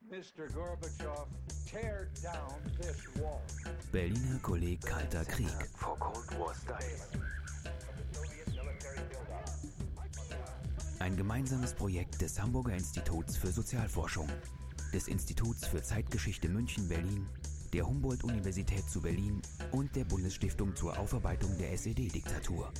Mr. Gorbachev, tear down this wall. Berliner Kolleg Kalter Krieg. For Cold War Style. Ein gemeinsames Projekt des Hamburger Instituts für Sozialforschung, des Instituts für Zeitgeschichte München-Berlin, der Humboldt-Universität zu Berlin und der Bundesstiftung zur Aufarbeitung der SED-Diktatur.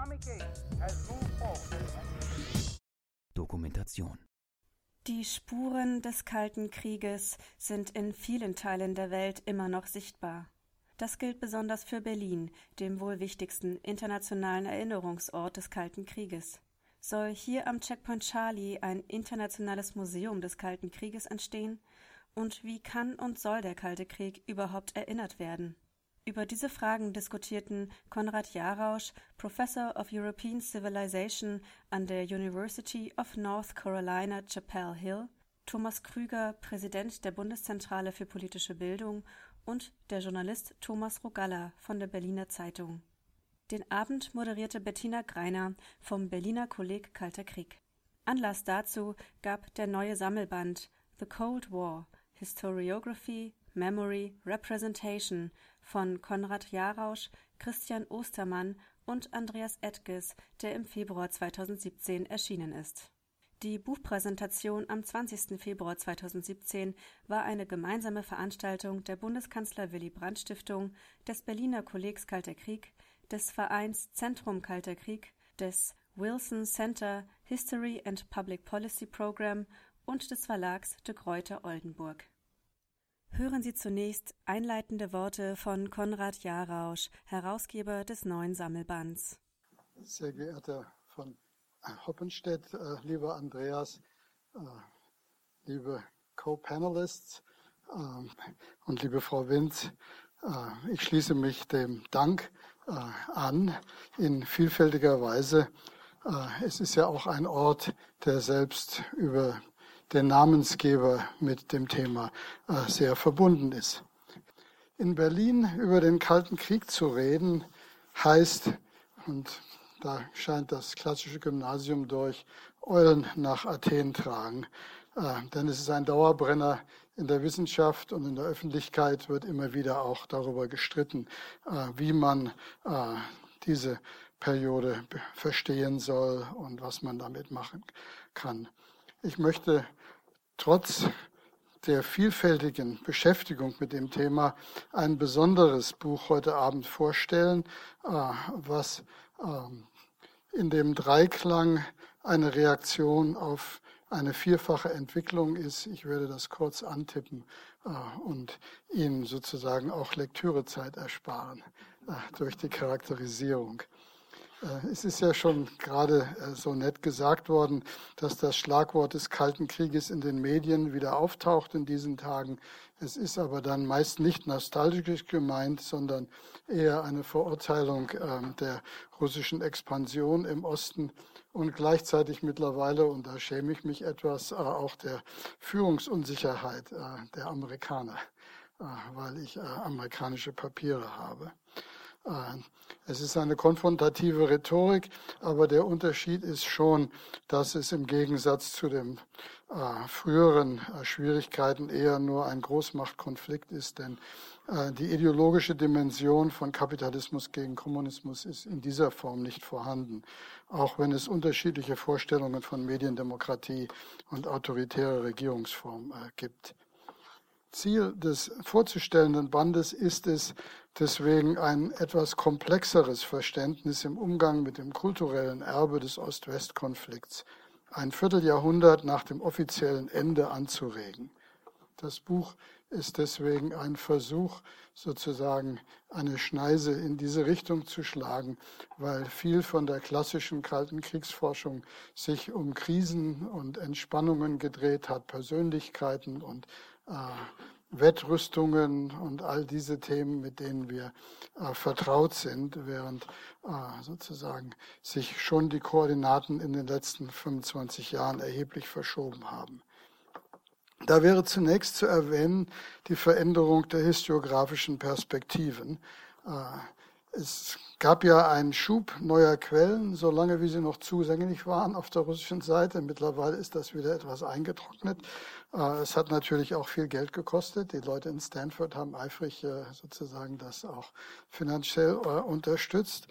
Dokumentation. Die Spuren des Kalten Krieges sind in vielen Teilen der Welt immer noch sichtbar. Das gilt besonders für Berlin, dem wohl wichtigsten internationalen Erinnerungsort des Kalten Krieges. Soll hier am Checkpoint Charlie ein internationales Museum des Kalten Krieges entstehen? Und wie kann und soll der Kalte Krieg überhaupt erinnert werden? Über diese Fragen diskutierten Konrad Jarausch, Professor of European Civilization an der University of North Carolina, Chapel Hill, Thomas Krüger, Präsident der Bundeszentrale für politische Bildung und der Journalist Thomas Rogalla von der Berliner Zeitung. Den Abend moderierte Bettina Greiner vom Berliner Kolleg Kalter Krieg. Anlass dazu gab der neue Sammelband The Cold War – Historiography, Memory, Representation von Konrad Jarausch, Christian Ostermann und Andreas Edges, der im Februar 2017 erschienen ist. Die Buchpräsentation am 20. Februar 2017 war eine gemeinsame Veranstaltung der Bundeskanzler Willy Brandt Stiftung, des Berliner Kollegs Kalter Krieg, des Vereins Zentrum Kalter Krieg, des Wilson Center History and Public Policy Program und des Verlags de Gruyter Oldenburg. Hören Sie zunächst einleitende Worte von Konrad Jarausch, Herausgeber des neuen Sammelbands. Sehr geehrter von Hoppenstedt, lieber Andreas, liebe Co-Panelists und liebe Frau Winz, ich schließe mich dem Dank an in vielfältiger Weise. Es ist ja auch ein Ort, der selbst über den Namensgeber mit dem Thema sehr verbunden ist. In Berlin über den Kalten Krieg zu reden, heißt, und da scheint das klassische Gymnasium durch, Eulen nach Athen tragen. Denn es ist ein Dauerbrenner in der Wissenschaft und in der Öffentlichkeit wird immer wieder auch darüber gestritten, wie man diese Periode verstehen soll und was man damit machen kann. Ich möchte trotz der vielfältigen Beschäftigung mit dem Thema ein besonderes Buch heute Abend vorstellen, was in dem Dreiklang eine Reaktion auf eine vierfache Entwicklung ist. Ich werde das kurz antippen und Ihnen sozusagen auch Lektürezeit ersparen durch die Charakterisierung. Es ist ja schon gerade so nett gesagt worden, dass das Schlagwort des Kalten Krieges in den Medien wieder auftaucht in diesen Tagen. Es ist aber dann meist nicht nostalgisch gemeint, sondern eher eine Verurteilung der russischen Expansion im Osten und gleichzeitig mittlerweile, und da schäme ich mich etwas, auch der Führungsunsicherheit der Amerikaner, weil ich amerikanische Papiere habe. Es ist eine konfrontative Rhetorik, aber der Unterschied ist schon, dass es im Gegensatz zu den früheren Schwierigkeiten eher nur ein Großmachtkonflikt ist, denn die ideologische Dimension von Kapitalismus gegen Kommunismus ist in dieser Form nicht vorhanden, auch wenn es unterschiedliche Vorstellungen von Mediendemokratie und autoritärer Regierungsform gibt. Ziel des vorzustellenden Bandes ist es, deswegen ein etwas komplexeres Verständnis im Umgang mit dem kulturellen Erbe des Ost-West-Konflikts ein Vierteljahrhundert nach dem offiziellen Ende anzuregen. Das Buch ist deswegen ein Versuch, sozusagen eine Schneise in diese Richtung zu schlagen, weil viel von der klassischen Kalten Kriegsforschung sich um Krisen und Entspannungen gedreht hat, Persönlichkeiten und Wettrüstungen und all diese Themen, mit denen wir vertraut sind, während sozusagen sich schon die Koordinaten in den letzten 25 Jahren erheblich verschoben haben. Da wäre zunächst zu erwähnen die Veränderung der historiografischen Perspektiven. Es gab ja einen Schub neuer Quellen, solange wie sie noch zugänglich waren auf der russischen Seite. Mittlerweile ist das wieder etwas eingetrocknet. Es hat natürlich auch viel Geld gekostet. Die Leute in Stanford haben eifrig sozusagen das auch finanziell unterstützt.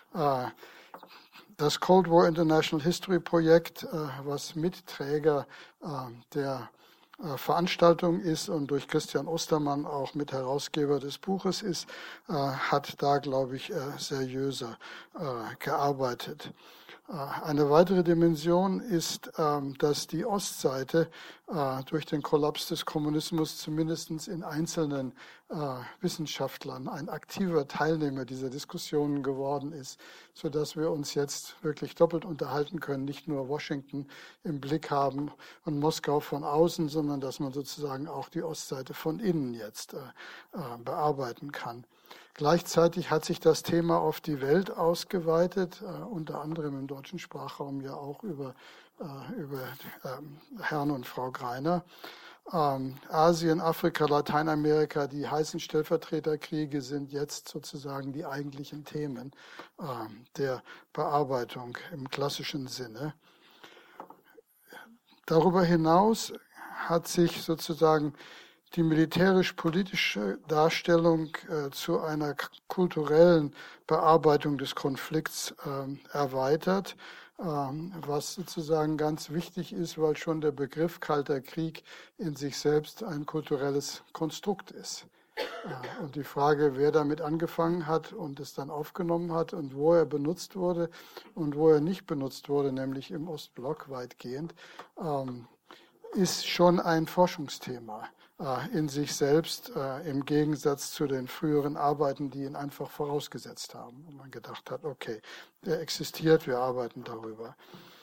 Das Cold War International History Projekt, was Mitträger der Veranstaltung ist und durch Christian Ostermann auch Mitherausgeber des Buches ist, hat da, glaube ich, seriöser gearbeitet. Eine weitere Dimension ist, dass die Ostseite durch den Kollaps des Kommunismus zumindest in einzelnen Wissenschaftlern ein aktiver Teilnehmer dieser Diskussionen geworden ist, sodass wir uns jetzt wirklich doppelt unterhalten können, nicht nur Washington im Blick haben und Moskau von außen, sondern dass man sozusagen auch die Ostseite von innen jetzt bearbeiten kann. Gleichzeitig hat sich das Thema auf die Welt ausgeweitet, unter anderem im deutschen Sprachraum ja auch über Herrn und Frau Greiner. Asien, Afrika, Lateinamerika, die heißen Stellvertreterkriege sind jetzt sozusagen die eigentlichen Themen der Bearbeitung im klassischen Sinne. Darüber hinaus hat sich sozusagen die militärisch-politische Darstellung zu einer kulturellen Bearbeitung des Konflikts erweitert, was sozusagen ganz wichtig ist, weil schon der Begriff Kalter Krieg in sich selbst ein kulturelles Konstrukt ist. Und die Frage, wer damit angefangen hat und es dann aufgenommen hat und wo er benutzt wurde und wo er nicht benutzt wurde, nämlich im Ostblock weitgehend, ist schon ein Forschungsthema in sich selbst, im Gegensatz zu den früheren Arbeiten, die ihn einfach vorausgesetzt haben. Und man gedacht hat, okay, der existiert, wir arbeiten darüber.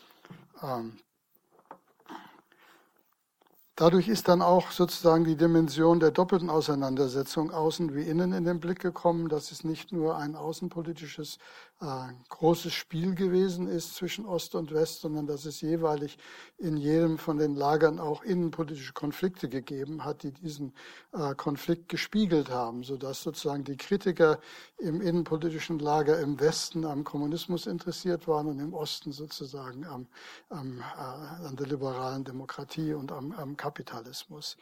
Dadurch ist dann auch sozusagen die Dimension der doppelten Auseinandersetzung außen wie innen in den Blick gekommen, dass es nicht nur ein außenpolitisches großes Spiel gewesen ist zwischen Ost und West, sondern dass es jeweilig in jedem von den Lagern auch innenpolitische Konflikte gegeben hat, die diesen Konflikt gespiegelt haben, sodass sozusagen die Kritiker im innenpolitischen Lager im Westen am Kommunismus interessiert waren und im Osten sozusagen an der liberalen Demokratie und am Kapitalismus.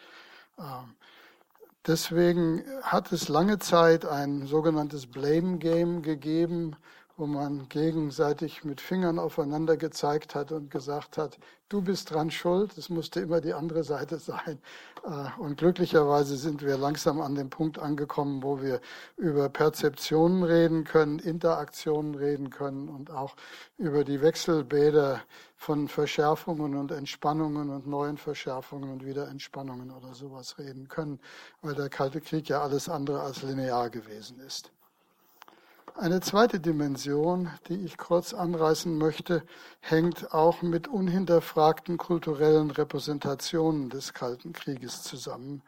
Deswegen hat es lange Zeit ein sogenanntes Blame Game gegeben, wo man gegenseitig mit Fingern aufeinander gezeigt hat und gesagt hat, du bist dran schuld, es musste immer die andere Seite sein. Und glücklicherweise sind wir langsam an dem Punkt angekommen, wo wir über Perzeptionen reden können, Interaktionen reden können und auch über die Wechselbäder von Verschärfungen und Entspannungen und neuen Verschärfungen und wieder Entspannungen oder sowas reden können, weil der Kalte Krieg ja alles andere als linear gewesen ist. Eine zweite Dimension, die ich kurz anreißen möchte, hängt auch mit unhinterfragten kulturellen Repräsentationen des Kalten Krieges zusammen.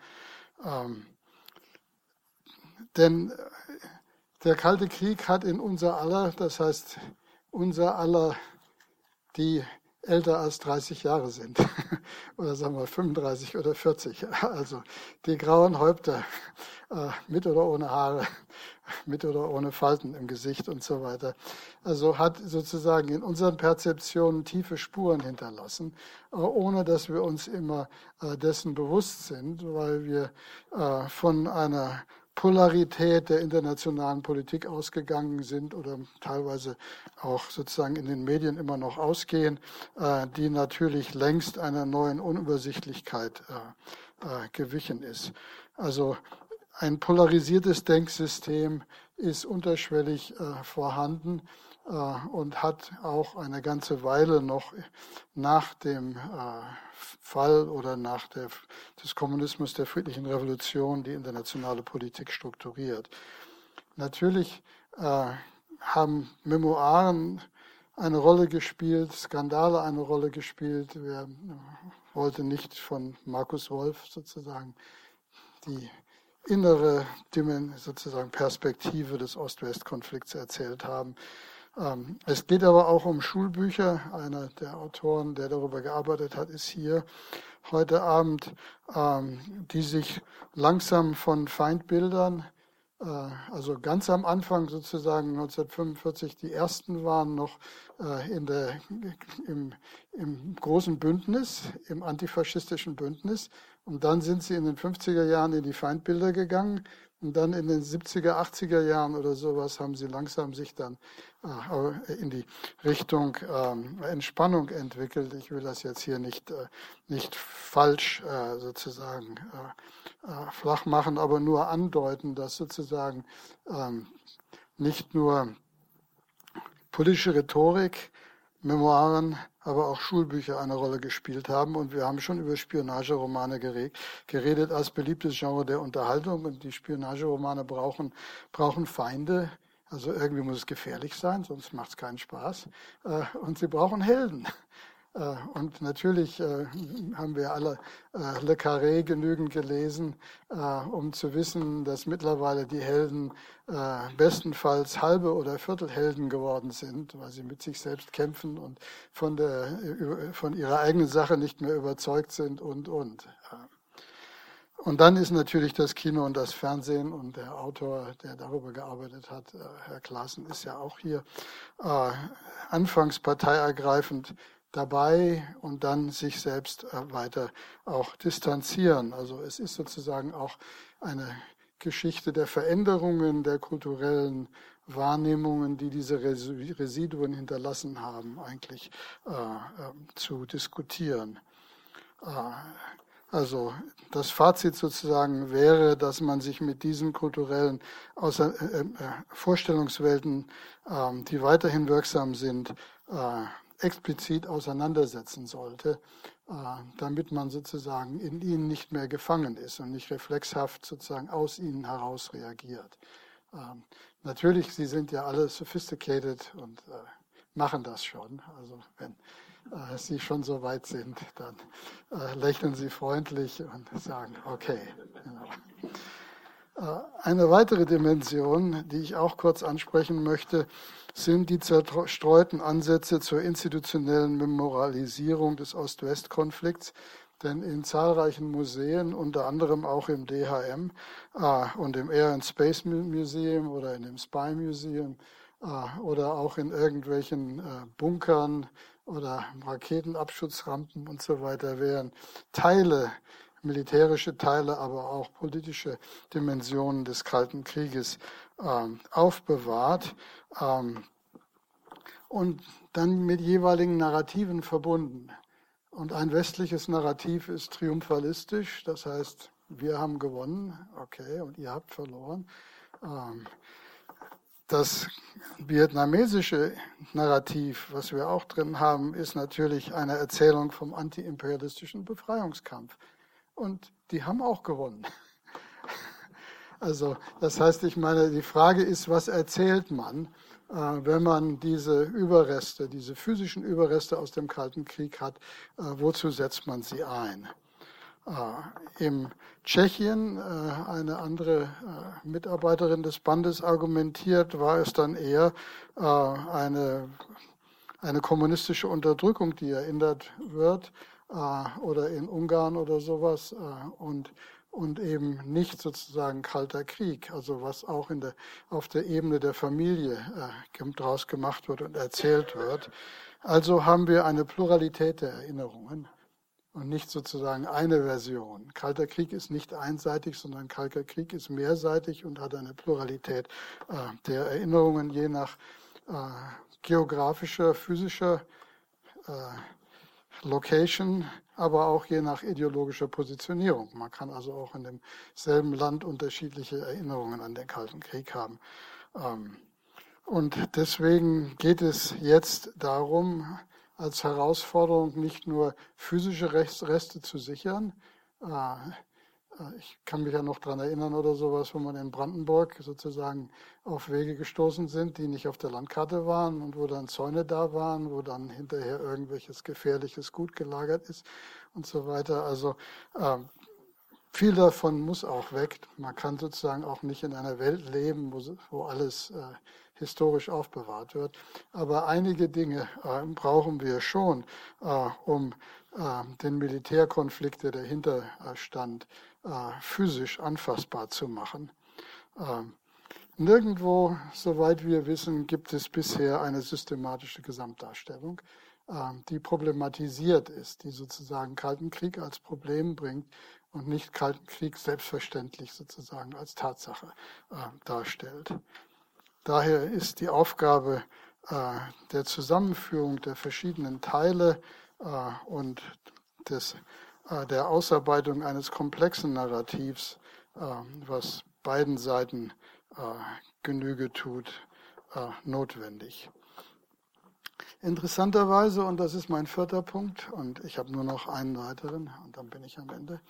Denn der Kalte Krieg hat in unser aller, das heißt unser aller, die älter als 30 Jahre sind, oder sagen wir 35 oder 40, also die grauen Häupter, mit oder ohne Haare, mit oder ohne Falten im Gesicht und so weiter. Also hat sozusagen in unseren Perzeptionen tiefe Spuren hinterlassen, ohne dass wir uns immer dessen bewusst sind, weil wir von einer Polarität der internationalen Politik ausgegangen sind oder teilweise auch sozusagen in den Medien immer noch ausgehen, die natürlich längst einer neuen Unübersichtlichkeit gewichen ist. Also ein polarisiertes Denksystem ist unterschwellig vorhanden und hat auch eine ganze Weile noch nach dem Fall oder nach des Kommunismus, der friedlichen Revolution, die internationale Politik strukturiert. Natürlich haben Memoiren eine Rolle gespielt, Skandale eine Rolle gespielt. Wer wollte nicht von Markus Wolf sozusagen die innere sozusagen Perspektive des Ost-West-Konflikts erzählt haben. Es geht aber auch um Schulbücher. Einer der Autoren, der darüber gearbeitet hat, ist hier heute Abend, die sich langsam von Feindbildern Also ganz am Anfang sozusagen 1945, die ersten waren noch im großen Bündnis, im antifaschistischen Bündnis. Und dann sind sie in den 50er Jahren in die Feindbilder gegangen. Und dann in den 70er, 80er Jahren oder sowas haben sie langsam sich dann in die Richtung Entspannung entwickelt. Ich will das jetzt hier nicht falsch sozusagen flach machen, aber nur andeuten, dass sozusagen nicht nur politische Rhetorik, Memoiren, aber auch Schulbücher eine Rolle gespielt haben. Und wir haben schon über Spionageromane geredet als beliebtes Genre der Unterhaltung. Und die Spionageromane brauchen Feinde. Also irgendwie muss es gefährlich sein, sonst macht es keinen Spaß. Und sie brauchen Helden. Und natürlich haben wir alle Le Carré genügend gelesen, um zu wissen, dass mittlerweile die Helden bestenfalls halbe oder Viertelhelden geworden sind, weil sie mit sich selbst kämpfen und von ihrer eigenen Sache nicht mehr überzeugt sind und. Und dann ist natürlich das Kino und das Fernsehen und der Autor, der darüber gearbeitet hat, Herr Claassen, ist ja auch hier anfangs parteiergreifend dabei und dann sich selbst weiter auch distanzieren. Also es ist sozusagen auch eine Geschichte der Veränderungen, der kulturellen Wahrnehmungen, die diese Residuen hinterlassen haben, eigentlich zu diskutieren. Also das Fazit sozusagen wäre, dass man sich mit diesen kulturellen Vorstellungswelten, die weiterhin wirksam sind, explizit auseinandersetzen sollte, damit man sozusagen in ihnen nicht mehr gefangen ist und nicht reflexhaft sozusagen aus ihnen heraus reagiert. Natürlich, sie sind ja alle sophisticated und machen das schon. Also wenn Sie schon so weit sind, dann lächeln Sie freundlich und sagen, okay. Genau. Eine weitere Dimension, die ich auch kurz ansprechen möchte, sind die zerstreuten Ansätze zur institutionellen Memorialisierung des Ost-West-Konflikts. Denn in zahlreichen Museen, unter anderem auch im DHM und im Air and Space Museum oder in dem Spy Museum oder auch in irgendwelchen Bunkern oder Raketenabschutzrampen und so weiter, werden Teile, militärische Teile, aber auch politische Dimensionen des Kalten Krieges aufbewahrt und dann mit jeweiligen Narrativen verbunden. Und ein westliches Narrativ ist triumphalistisch, das heißt, wir haben gewonnen, okay, und ihr habt verloren. Das vietnamesische Narrativ, was wir auch drin haben, ist natürlich eine Erzählung vom antiimperialistischen Befreiungskampf. Und die haben auch gewonnen. Also das heißt, ich meine, die Frage ist, was erzählt man, wenn man diese Überreste, diese physischen Überreste aus dem Kalten Krieg hat, wozu setzt man sie ein? Im Tschechien, eine andere Mitarbeiterin des Bandes argumentiert, war es dann eher eine kommunistische Unterdrückung, die erinnert wird, oder in Ungarn oder sowas, und eben nicht sozusagen Kalter Krieg, also was auch auf der Ebene der Familie draus gemacht wird und erzählt wird. Also haben wir eine Pluralität der Erinnerungen und nicht sozusagen eine Version. Kalter Krieg ist nicht einseitig, sondern Kalter Krieg ist mehrseitig und hat eine Pluralität der Erinnerungen, je nach geografischer, physischer Location, aber auch je nach ideologischer Positionierung. Man kann also auch in demselben Land unterschiedliche Erinnerungen an den Kalten Krieg haben. Und deswegen geht es jetzt darum, als Herausforderung nicht nur physische Reste zu sichern. Ich kann mich ja noch daran erinnern oder sowas, wo man in Brandenburg sozusagen auf Wege gestoßen sind, die nicht auf der Landkarte waren und wo dann Zäune da waren, wo dann hinterher irgendwelches gefährliches Gut gelagert ist und so weiter. Also viel davon muss auch weg. Man kann sozusagen auch nicht in einer Welt leben, wo alles historisch aufbewahrt wird. Aber einige Dinge brauchen wir schon, um den Militärkonflikt, der dahinter stand, physisch anfassbar zu machen. Nirgendwo, soweit wir wissen, gibt es bisher eine systematische Gesamtdarstellung, die problematisiert ist, die sozusagen Kalten Krieg als Problem bringt und nicht Kalten Krieg selbstverständlich sozusagen als Tatsache darstellt. Daher ist die Aufgabe der Zusammenführung der verschiedenen Teile und der Ausarbeitung eines komplexen Narrativs, was beiden Seiten Genüge tut, notwendig. Interessanterweise, und das ist mein 4. Punkt, und ich habe nur noch einen weiteren, und dann bin ich am Ende,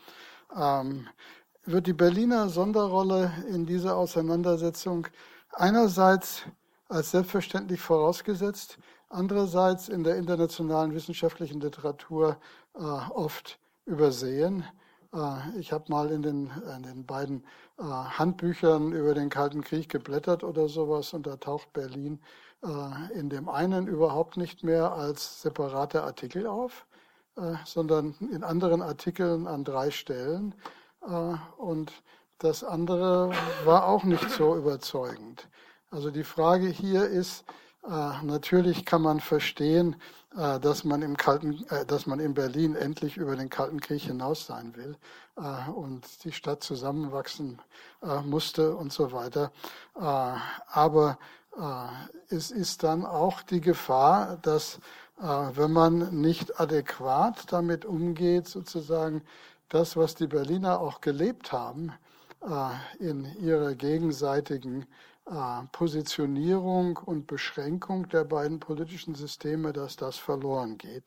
wird die Berliner Sonderrolle in dieser Auseinandersetzung einerseits als selbstverständlich vorausgesetzt, andererseits in der internationalen wissenschaftlichen Literatur oft übersehen. Ich habe mal in den beiden Handbüchern über den Kalten Krieg geblättert oder sowas, und da taucht Berlin in dem einen überhaupt nicht mehr als separater Artikel auf, sondern in anderen Artikeln an 3 Stellen. Und das andere war auch nicht so überzeugend. Also die Frage hier ist, natürlich kann man verstehen, dass man in Berlin endlich über den Kalten Krieg hinaus sein will und die Stadt zusammenwachsen musste und so weiter. Aber es ist dann auch die Gefahr, dass wenn man nicht adäquat damit umgeht, sozusagen das, was die Berliner auch gelebt haben, in ihrer gegenseitigen Positionierung und Beschränkung der beiden politischen Systeme, dass das verloren geht.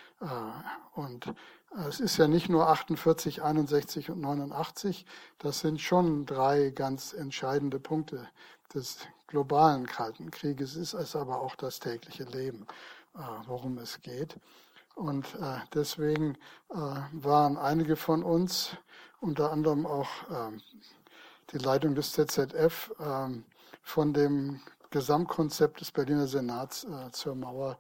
Und es ist ja nicht nur 48, 61 und 89, das sind schon 3 ganz entscheidende Punkte des globalen Kalten Krieges, ist es aber auch das tägliche Leben, worum es geht. Und deswegen waren einige von uns, unter anderem auch die Leitung des ZZF, von dem Gesamtkonzept des Berliner Senats zur Mauer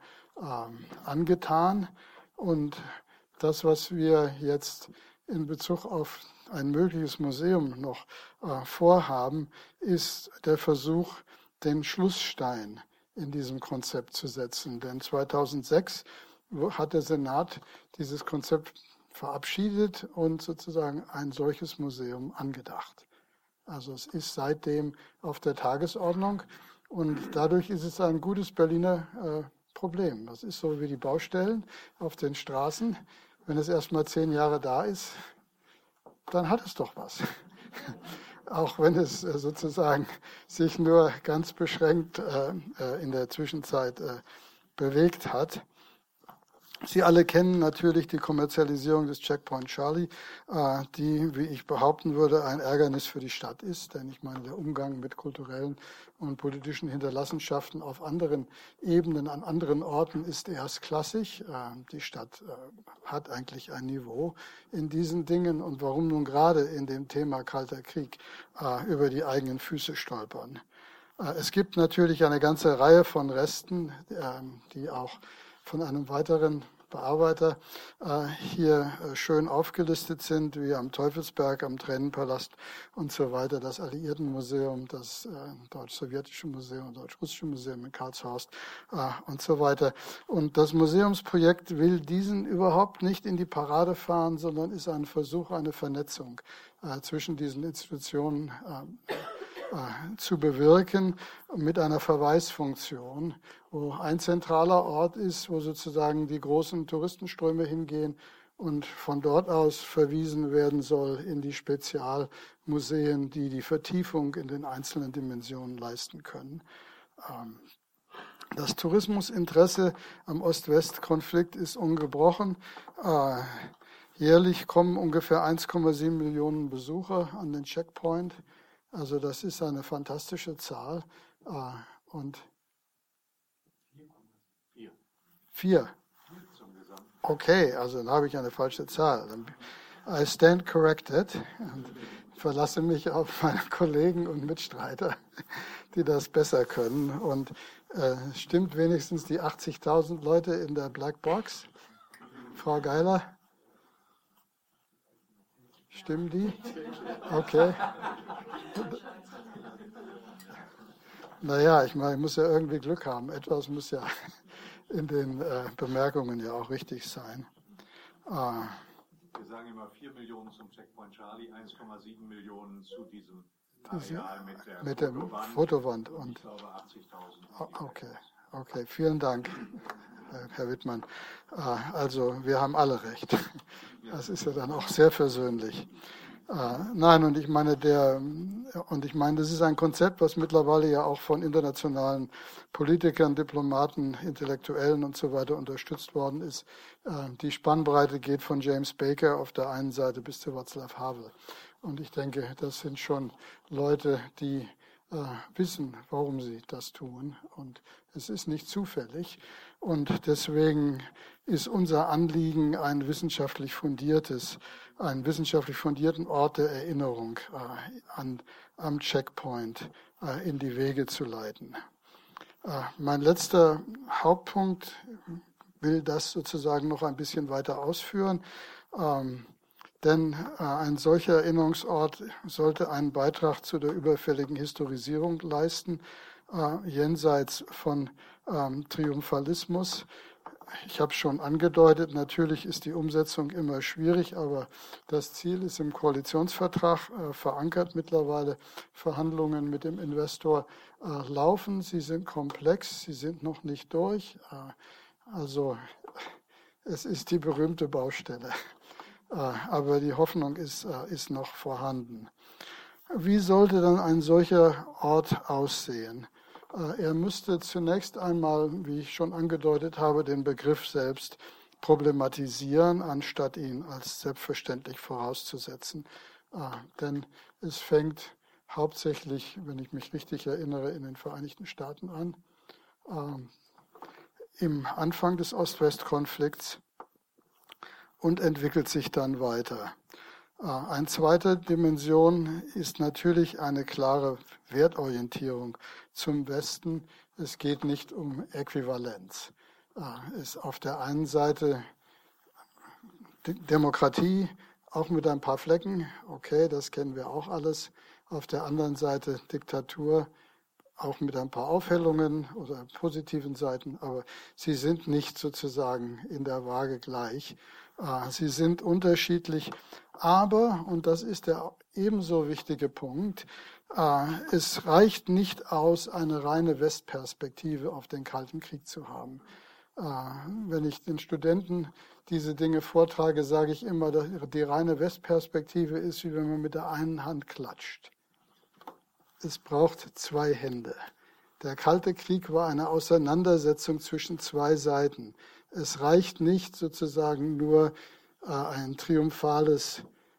angetan. Und das, was wir jetzt in Bezug auf ein mögliches Museum noch vorhaben, ist der Versuch, den Schlussstein in diesem Konzept zu setzen. Denn 2006 hat der Senat dieses Konzept verabschiedet und sozusagen ein solches Museum angedacht. Also es ist seitdem auf der Tagesordnung und dadurch ist es ein gutes Berliner Problem. Das ist so wie die Baustellen auf den Straßen. Wenn es erst mal 10 Jahre da ist, dann hat es doch was. Auch wenn es sozusagen sich nur ganz beschränkt in der Zwischenzeit bewegt hat. Sie alle kennen natürlich die Kommerzialisierung des Checkpoint Charlie, die, wie ich behaupten würde, ein Ärgernis für die Stadt ist. Denn ich meine, der Umgang mit kulturellen und politischen Hinterlassenschaften auf anderen Ebenen, an anderen Orten ist erstklassig. Die Stadt hat eigentlich ein Niveau in diesen Dingen. Und warum nun gerade in dem Thema Kalter Krieg über die eigenen Füße stolpern? Es gibt natürlich eine ganze Reihe von Resten, die auch von einem weiteren Bearbeiter hier schön aufgelistet sind, wie am Teufelsberg, am Tränenpalast und so weiter, das Alliiertenmuseum, das Deutsch-Sowjetische Museum, Deutsch-Russische Museum in Karlshorst und so weiter. Und das Museumsprojekt will diesen überhaupt nicht in die Parade fahren, sondern ist ein Versuch, eine Vernetzung zwischen diesen Institutionen zu bewirken mit einer Verweisfunktion, wo ein zentraler Ort ist, wo sozusagen die großen Touristenströme hingehen und von dort aus verwiesen werden soll in die Spezialmuseen, die die Vertiefung in den einzelnen Dimensionen leisten können. Das Tourismusinteresse am Ost-West-Konflikt ist ungebrochen. Jährlich kommen ungefähr 1,7 Millionen Besucher an den Checkpoint. Also das ist eine fantastische Zahl. Und 4. Okay, also dann habe ich eine falsche Zahl. I stand corrected und verlasse mich auf meine Kollegen und Mitstreiter, die das besser können. Und stimmt wenigstens die 80.000 Leute in der Black Box? Frau Geiler? Stimmen die? Okay. Naja, ich meine, ich muss ja irgendwie Glück haben. Etwas muss ja in den Bemerkungen ja auch richtig sein. Wir sagen immer 4 Millionen zum Checkpoint Charlie, 1,7 Millionen zu diesem Areal mit der Fotowand. Und ich glaube 80.000. Okay, vielen Dank, Herr Wittmann. Also wir haben alle recht. Das ist ja dann auch sehr versöhnlich. Nein, und ich meine, das ist ein Konzept, was mittlerweile ja auch von internationalen Politikern, Diplomaten, Intellektuellen und so weiter unterstützt worden ist. Die Spannbreite geht von James Baker auf der einen Seite bis zu Václav Havel. Und ich denke, das sind schon Leute, die wissen, warum sie das tun. Und es ist nicht zufällig. Und deswegen ist unser Anliegen, einen wissenschaftlich fundierten Ort der Erinnerung am Checkpoint in die Wege zu leiten. Mein letzter Hauptpunkt will das sozusagen noch ein bisschen weiter ausführen. Denn ein solcher Erinnerungsort sollte einen Beitrag zu der überfälligen Historisierung leisten, jenseits von Triumphalismus. Ich habe schon angedeutet, natürlich ist die Umsetzung immer schwierig, aber das Ziel ist im Koalitionsvertrag verankert mittlerweile. Verhandlungen mit dem Investor laufen, sie sind komplex, sie sind noch nicht durch. Also es ist die berühmte Baustelle. Aber die Hoffnung ist noch vorhanden. Wie sollte dann ein solcher Ort aussehen? Er müsste zunächst einmal, wie ich schon angedeutet habe, den Begriff selbst problematisieren, anstatt ihn als selbstverständlich vorauszusetzen. Denn es fängt hauptsächlich, wenn ich mich richtig erinnere, in den Vereinigten Staaten an, im Anfang des Ost-West-Konflikts und entwickelt sich dann weiter. Eine zweite Dimension ist natürlich eine klare Wertorientierung zum Westen. Es geht nicht um Äquivalenz. Es ist auf der einen Seite Demokratie, auch mit ein paar Flecken, okay, das kennen wir auch alles. Auf der anderen Seite Diktatur, auch mit ein paar Aufhellungen oder positiven Seiten, aber sie sind nicht sozusagen in der Waage gleich. Sie sind unterschiedlich, aber, und das ist der ebenso wichtige Punkt, es reicht nicht aus, eine reine Westperspektive auf den Kalten Krieg zu haben. Wenn ich den Studenten diese Dinge vortrage, sage ich immer, dass die reine Westperspektive ist, wie wenn man mit der einen Hand klatscht. Es braucht zwei Hände. Der Kalte Krieg war eine Auseinandersetzung zwischen zwei Seiten. Es reicht nicht sozusagen nur ein triumphales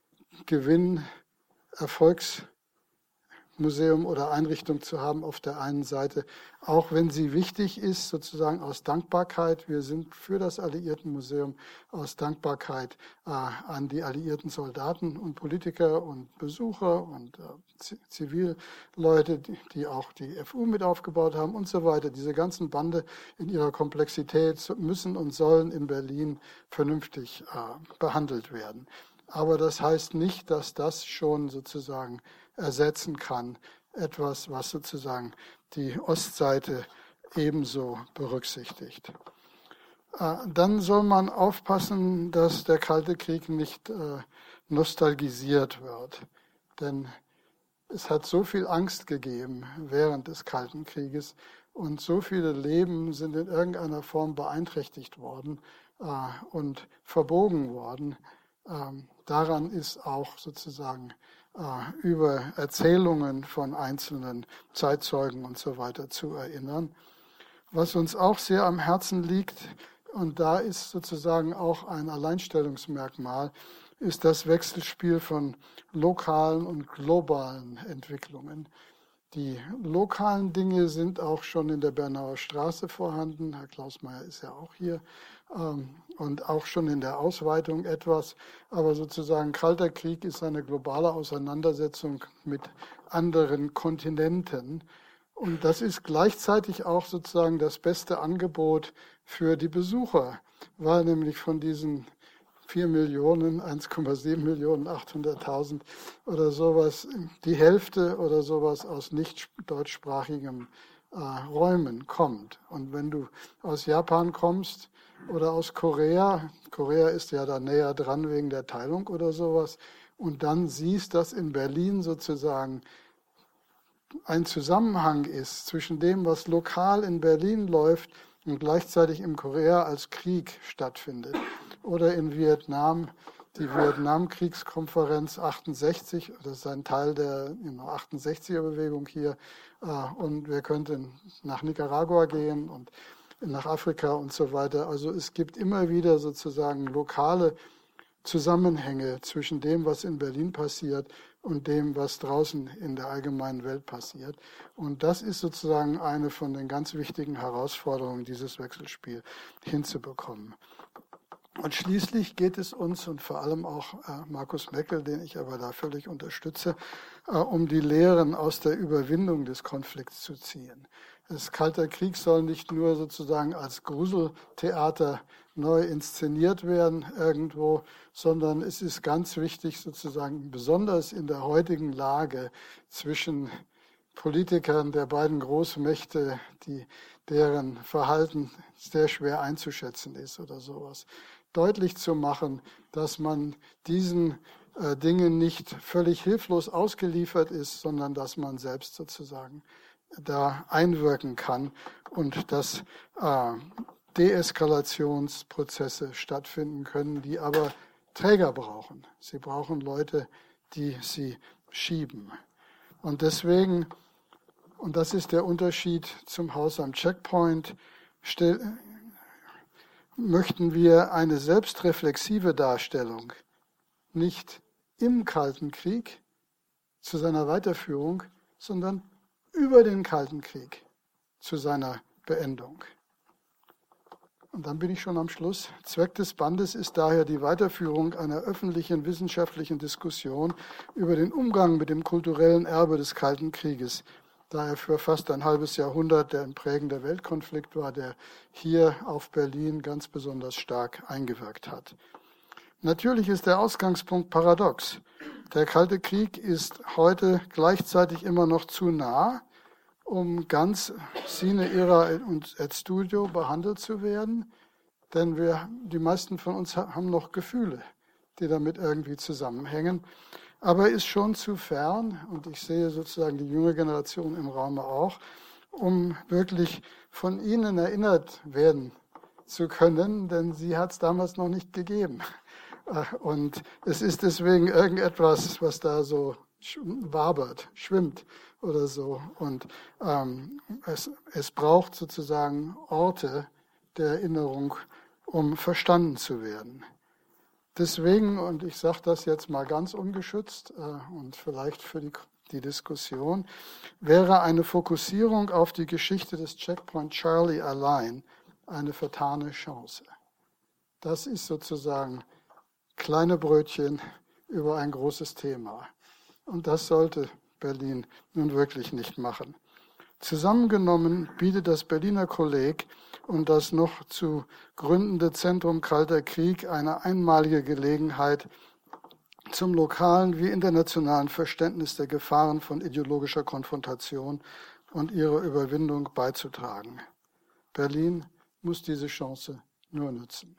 Erfolgsmuseum oder Einrichtung zu haben auf der einen Seite, auch wenn sie wichtig ist, sozusagen aus Dankbarkeit. Wir sind für das Alliiertenmuseum aus Dankbarkeit an die alliierten Soldaten und Politiker und Besucher und Zivilleute, die auch die FU mit aufgebaut haben und so weiter. Diese ganzen Bande in ihrer Komplexität müssen und sollen in Berlin vernünftig behandelt werden. Aber das heißt nicht, dass das schon sozusagen ersetzen kann, etwas, was sozusagen die Ostseite ebenso berücksichtigt. Dann soll man aufpassen, dass der Kalte Krieg nicht nostalgisiert wird. Denn es hat so viel Angst gegeben während des Kalten Krieges und so viele Leben sind in irgendeiner Form beeinträchtigt worden und verbogen worden. Daran ist auch sozusagen über Erzählungen von einzelnen Zeitzeugen und so weiter zu erinnern. Was uns auch sehr am Herzen liegt, und da ist sozusagen auch ein Alleinstellungsmerkmal, ist das Wechselspiel von lokalen und globalen Entwicklungen. Die lokalen Dinge sind auch schon in der Bernauer Straße vorhanden. Herr Klausmeier ist ja auch hier. Und auch schon in der Ausweitung etwas. Aber sozusagen Kalter Krieg ist eine globale Auseinandersetzung mit anderen Kontinenten. Und das ist gleichzeitig auch sozusagen das beste Angebot für die Besucher, weil nämlich von diesen 4 Millionen, 1,7 Millionen, 800.000 oder sowas, die Hälfte oder sowas aus nicht deutschsprachigem Räumen kommt. Und wenn du aus Japan kommst oder aus Korea, Korea ist ja da näher dran wegen der Teilung oder sowas, und dann siehst, dass in Berlin sozusagen ein Zusammenhang ist zwischen dem, was lokal in Berlin läuft und gleichzeitig in Korea als Krieg stattfindet. Oder in Vietnam, die Vietnamkriegskonferenz 68, das ist ein Teil der 68er-Bewegung hier. Und wir könnten nach Nicaragua gehen und nach Afrika und so weiter. Also es gibt immer wieder sozusagen lokale Zusammenhänge zwischen dem, was in Berlin passiert und dem, was draußen in der allgemeinen Welt passiert. Und das ist sozusagen eine von den ganz wichtigen Herausforderungen, dieses Wechselspiel hinzubekommen. Und schließlich geht es uns und vor allem auch Markus Meckel, den ich aber da völlig unterstütze, um die Lehren aus der Überwindung des Konflikts zu ziehen. Das Kalter Krieg soll nicht nur sozusagen als Gruseltheater neu inszeniert werden irgendwo, sondern es ist ganz wichtig sozusagen, besonders in der heutigen Lage zwischen Politikern der beiden Großmächte, deren Verhalten sehr schwer einzuschätzen ist oder sowas, deutlich zu machen, dass man diesen Dingen nicht völlig hilflos ausgeliefert ist, sondern dass man selbst sozusagen da einwirken kann und dass Deeskalationsprozesse stattfinden können, die aber Träger brauchen. Sie brauchen Leute, die sie schieben. Und deswegen, und das ist der Unterschied zum Haus am Checkpoint, möchten wir eine selbstreflexive Darstellung nicht im Kalten Krieg zu seiner Weiterführung, sondern über den Kalten Krieg zu seiner Beendung. Und dann bin ich schon am Schluss. Zweck des Bandes ist daher die Weiterführung einer öffentlichen wissenschaftlichen Diskussion über den Umgang mit dem kulturellen Erbe des Kalten Krieges, da er für fast ein halbes Jahrhundert der ein prägender Weltkonflikt war, der hier auf Berlin ganz besonders stark eingewirkt hat. Natürlich ist der Ausgangspunkt paradox. Der Kalte Krieg ist heute gleichzeitig immer noch zu nah, um ganz sine ira und et studio behandelt zu werden, denn die meisten von uns haben noch Gefühle, die damit irgendwie zusammenhängen. Aber ist schon zu fern, und ich sehe sozusagen die junge Generation im Raum auch, um wirklich von ihnen erinnert werden zu können, denn sie hat es damals noch nicht gegeben. Und es ist deswegen irgendetwas, was da so wabert, schwimmt oder so. Und es braucht sozusagen Orte der Erinnerung, um verstanden zu werden. Deswegen, und ich sage das jetzt mal ganz ungeschützt und vielleicht für die Diskussion, wäre eine Fokussierung auf die Geschichte des Checkpoint Charlie allein eine vertane Chance. Das ist sozusagen kleine Brötchen über ein großes Thema. Und das sollte Berlin nun wirklich nicht machen. Zusammengenommen bietet das Berliner Kolleg und das noch zu gründende Zentrum Kalter Krieg eine einmalige Gelegenheit, zum lokalen wie internationalen Verständnis der Gefahren von ideologischer Konfrontation und ihrer Überwindung beizutragen. Berlin muss diese Chance nur nutzen.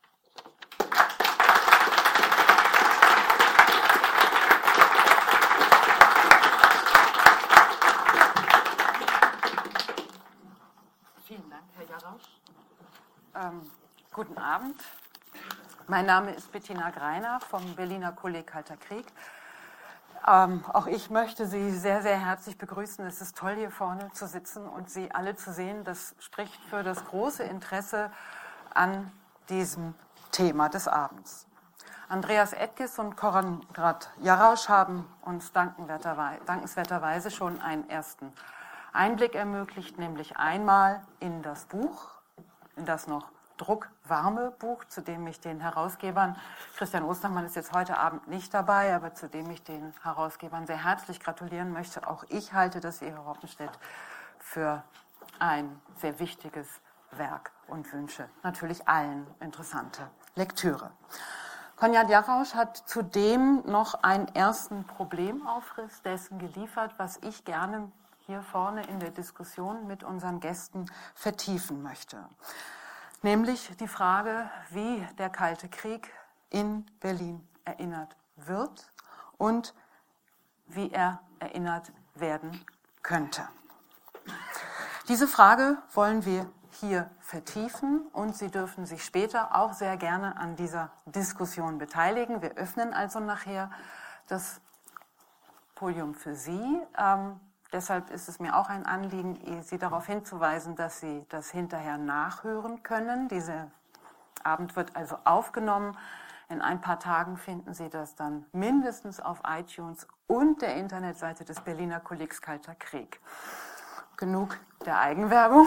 Vielen Dank, Herr Jarausch. Guten Abend. Mein Name ist Bettina Greiner vom Berliner Kolleg Kalter Krieg. Auch ich möchte Sie sehr, sehr herzlich begrüßen. Es ist toll, hier vorne zu sitzen und Sie alle zu sehen. Das spricht für das große Interesse an diesem Thema des Abends. Andreas Edges und Konrad Jarausch haben uns dankenswerterweise schon einen ersten Einblick ermöglicht, nämlich einmal in das Buch, in das noch druckwarme Buch, zu dem ich den Herausgebern, Christian Ostermann ist jetzt heute Abend nicht dabei, aber zu dem ich den Herausgebern sehr herzlich gratulieren möchte. Auch ich halte das Ihre Hoppenstedt für ein sehr wichtiges Werk und wünsche natürlich allen interessante Lektüre. Konrad Jarausch hat zudem noch einen ersten Problemaufriss dessen geliefert, was ich gerne hier vorne in der Diskussion mit unseren Gästen vertiefen möchte. Nämlich die Frage, wie der Kalte Krieg in Berlin erinnert wird und wie er erinnert werden könnte. Diese Frage wollen wir hier vertiefen und Sie dürfen sich später auch sehr gerne an dieser Diskussion beteiligen. Wir öffnen also nachher das Podium für Sie. Deshalb ist es mir auch ein Anliegen, Sie darauf hinzuweisen, dass Sie das hinterher nachhören können. Dieser Abend wird also aufgenommen. In ein paar Tagen finden Sie das dann mindestens auf iTunes und der Internetseite des Berliner Kollegs Kalter Krieg. Genug der Eigenwerbung.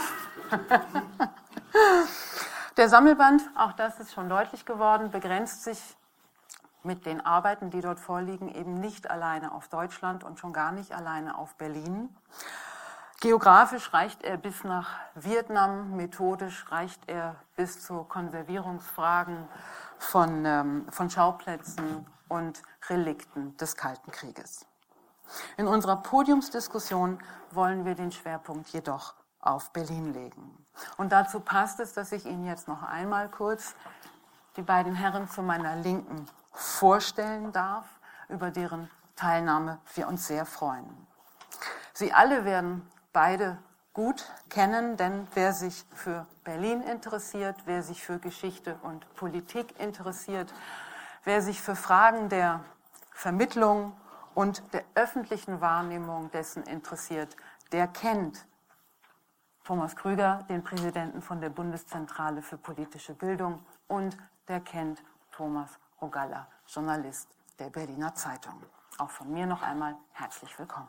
Der Sammelband, auch das ist schon deutlich geworden, begrenzt sich mit den Arbeiten, die dort vorliegen, eben nicht alleine auf Deutschland und schon gar nicht alleine auf Berlin. Geografisch reicht er bis nach Vietnam, methodisch reicht er bis zu Konservierungsfragen von Schauplätzen und Relikten des Kalten Krieges. In unserer Podiumsdiskussion wollen wir den Schwerpunkt jedoch auf Berlin legen. Und dazu passt es, dass ich Ihnen jetzt noch einmal kurz die beiden Herren zu meiner Linken vorstellen darf, über deren Teilnahme wir uns sehr freuen. Sie alle werden beide gut kennen, denn wer sich für Berlin interessiert, wer sich für Geschichte und Politik interessiert, wer sich für Fragen der Vermittlung und der öffentlichen Wahrnehmung dessen interessiert, der kennt Thomas Krüger, den Präsidenten von der Bundeszentrale für politische Bildung, und der kennt Thomas Rogalla, Journalist der Berliner Zeitung. Auch von mir noch einmal herzlich willkommen.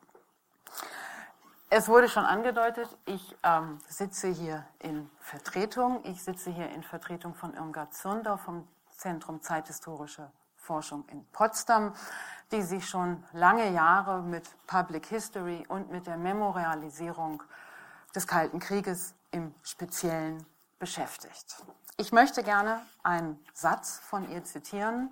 Es wurde schon angedeutet, ich sitze hier in Vertretung. Ich sitze hier in Vertretung von Irmgard Zürndorf vom Zentrum Zeithistorische Forschung in Potsdam, die sich schon lange Jahre mit Public History und mit der Memorialisierung des Kalten Krieges im Speziellen beschäftigt. Ich möchte gerne einen Satz von ihr zitieren,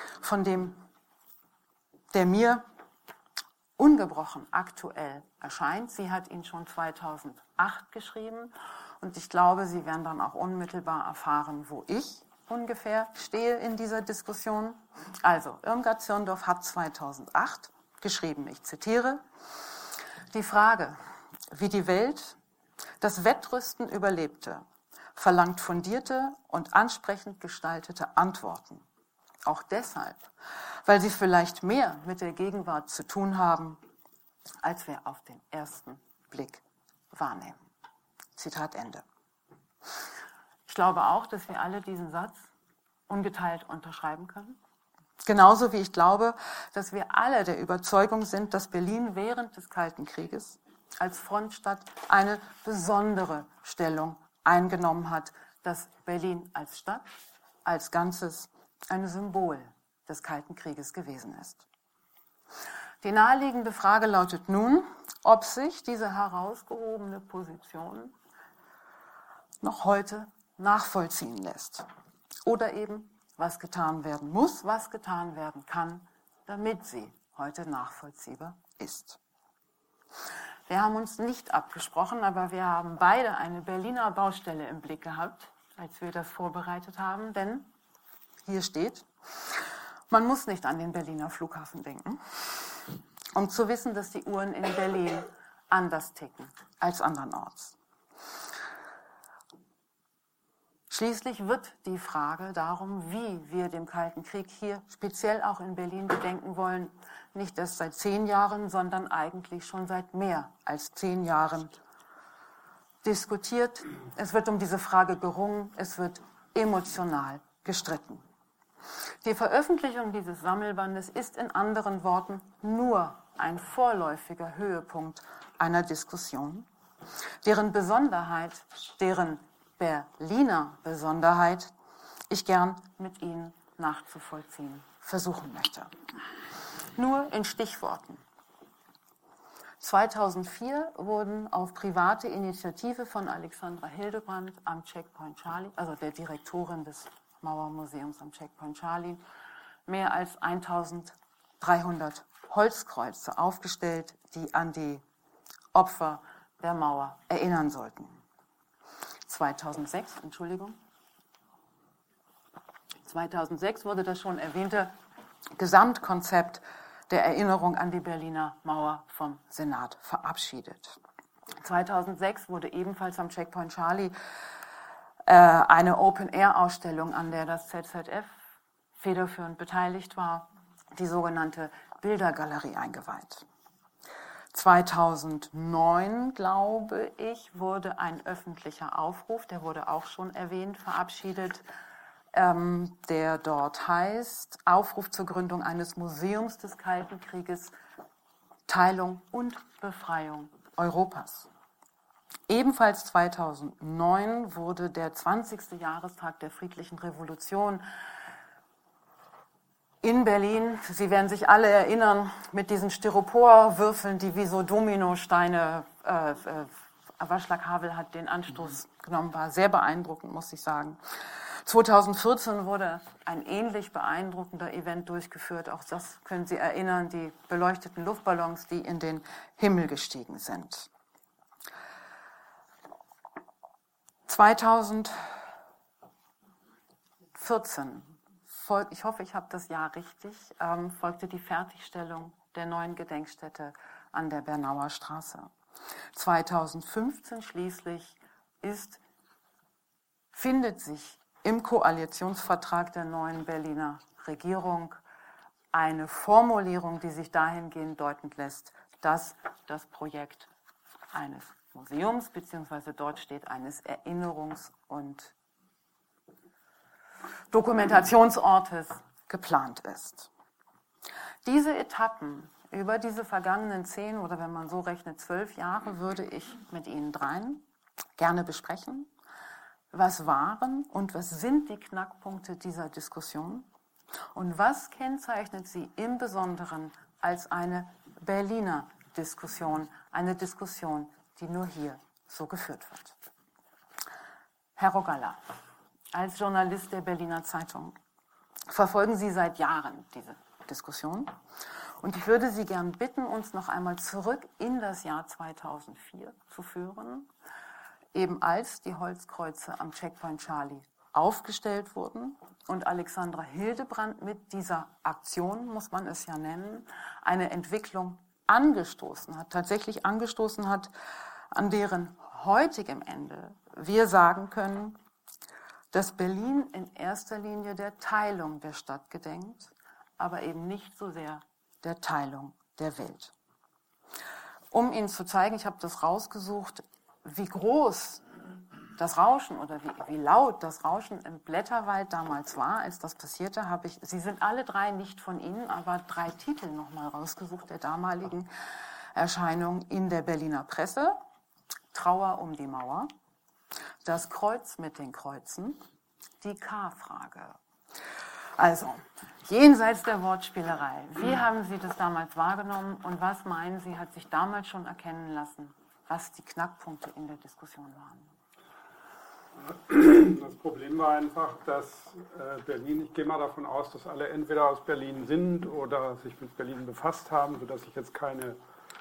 der mir ungebrochen aktuell erscheint. Sie hat ihn schon 2008 geschrieben und ich glaube, Sie werden dann auch unmittelbar erfahren, wo ich ungefähr stehe in dieser Diskussion. Also, Irmgard Zürndorf hat 2008 geschrieben, ich zitiere: Die Frage, wie die Welt das Wettrüsten überlebte, verlangt fundierte und ansprechend gestaltete Antworten. Auch deshalb, weil sie vielleicht mehr mit der Gegenwart zu tun haben, als wir auf den ersten Blick wahrnehmen. Zitat Ende. Ich glaube auch, dass wir alle diesen Satz ungeteilt unterschreiben können. Genauso wie ich glaube, dass wir alle der Überzeugung sind, dass Berlin während des Kalten Krieges als Frontstadt eine besondere Stellung eingenommen hat, dass Berlin als Stadt, als Ganzes ein Symbol des Kalten Krieges gewesen ist. Die naheliegende Frage lautet nun, ob sich diese herausgehobene Position noch heute nachvollziehen lässt. Oder eben, was getan werden muss, was getan werden kann, damit sie heute nachvollziehbar ist. Wir haben uns nicht abgesprochen, aber wir haben beide eine Berliner Baustelle im Blick gehabt, als wir das vorbereitet haben, denn hier steht, man muss nicht an den Berliner Flughafen denken, um zu wissen, dass die Uhren in Berlin anders ticken als andernorts. Schließlich wird die Frage darum, wie wir dem Kalten Krieg hier speziell auch in Berlin gedenken wollen, nicht erst seit 10 Jahren, sondern eigentlich schon seit mehr als 10 Jahren diskutiert. Es wird um diese Frage gerungen, es wird emotional gestritten. Die Veröffentlichung dieses Sammelbandes ist in anderen Worten nur ein vorläufiger Höhepunkt einer Diskussion, deren Besonderheit, deren Berliner Besonderheit ich gern mit Ihnen nachzuvollziehen versuchen möchte. Nur in Stichworten. 2004 wurden auf private Initiative von Alexandra Hildebrandt am Checkpoint Charlie, also der Direktorin des Mauermuseums am Checkpoint Charlie, mehr als 1300 Holzkreuze aufgestellt, die an die Opfer der Mauer erinnern sollten. 2006 wurde das schon erwähnte Gesamtkonzept der Erinnerung an die Berliner Mauer vom Senat verabschiedet. 2006 wurde ebenfalls am Checkpoint Charlie eine Open-Air-Ausstellung, an der das ZZF federführend beteiligt war, die sogenannte Bildergalerie, eingeweiht. 2009, glaube ich, wurde ein öffentlicher Aufruf, der wurde auch schon erwähnt, verabschiedet, der dort heißt: Aufruf zur Gründung eines Museums des Kalten Krieges, Teilung und Befreiung Europas. Ebenfalls 2009 wurde der 20. Jahrestag der Friedlichen Revolution in Berlin, Sie werden sich alle erinnern, mit diesen Styroporwürfeln, die wie so Dominosteine, Václav Havel hat den Anstoß genommen, war sehr beeindruckend, muss ich sagen. 2014 wurde ein ähnlich beeindruckender Event durchgeführt, auch das können Sie erinnern, die beleuchteten Luftballons, die in den Himmel gestiegen sind. 2014, ich hoffe, ich habe das Jahr richtig, folgte die Fertigstellung der neuen Gedenkstätte an der Bernauer Straße. 2015 schließlich findet sich im Koalitionsvertrag der neuen Berliner Regierung eine Formulierung, die sich dahingehend deuten lässt, dass das Projekt eines Museums, beziehungsweise dort steht eines Erinnerungs- und Dokumentationsortes, geplant ist. Diese Etappen über diese vergangenen 10 oder wenn man so rechnet 12 Jahre würde ich mit Ihnen dreien gerne besprechen. Was waren und was sind die Knackpunkte dieser Diskussion? Und was kennzeichnet sie im Besonderen als eine Berliner Diskussion, eine Diskussion, die nur hier so geführt wird? Herr Rogalla, als Journalist der Berliner Zeitung verfolgen Sie seit Jahren diese Diskussion. Und ich würde Sie gern bitten, uns noch einmal zurück in das Jahr 2004 zu führen, eben als die Holzkreuze am Checkpoint Charlie aufgestellt wurden und Alexandra Hildebrandt mit dieser Aktion, muss man es ja nennen, eine Entwicklung tatsächlich angestoßen hat, an deren heutigem Ende wir sagen können, dass Berlin in erster Linie der Teilung der Stadt gedenkt, aber eben nicht so sehr der Teilung der Welt. Um Ihnen zu zeigen, ich habe das rausgesucht, wie groß das Rauschen oder wie laut das Rauschen im Blätterwald damals war, als das passierte, Sie sind alle drei nicht von Ihnen, aber 3 Titel nochmal rausgesucht der damaligen Erscheinung in der Berliner Presse. Trauer um die Mauer, das Kreuz mit den Kreuzen, die K-Frage. Also, jenseits der Wortspielerei, wie haben Sie das damals wahrgenommen und was meinen Sie, hat sich damals schon erkennen lassen, was die Knackpunkte in der Diskussion waren? Das Problem war einfach, dass Berlin, ich gehe mal davon aus, dass alle entweder aus Berlin sind oder sich mit Berlin befasst haben, sodass ich jetzt keine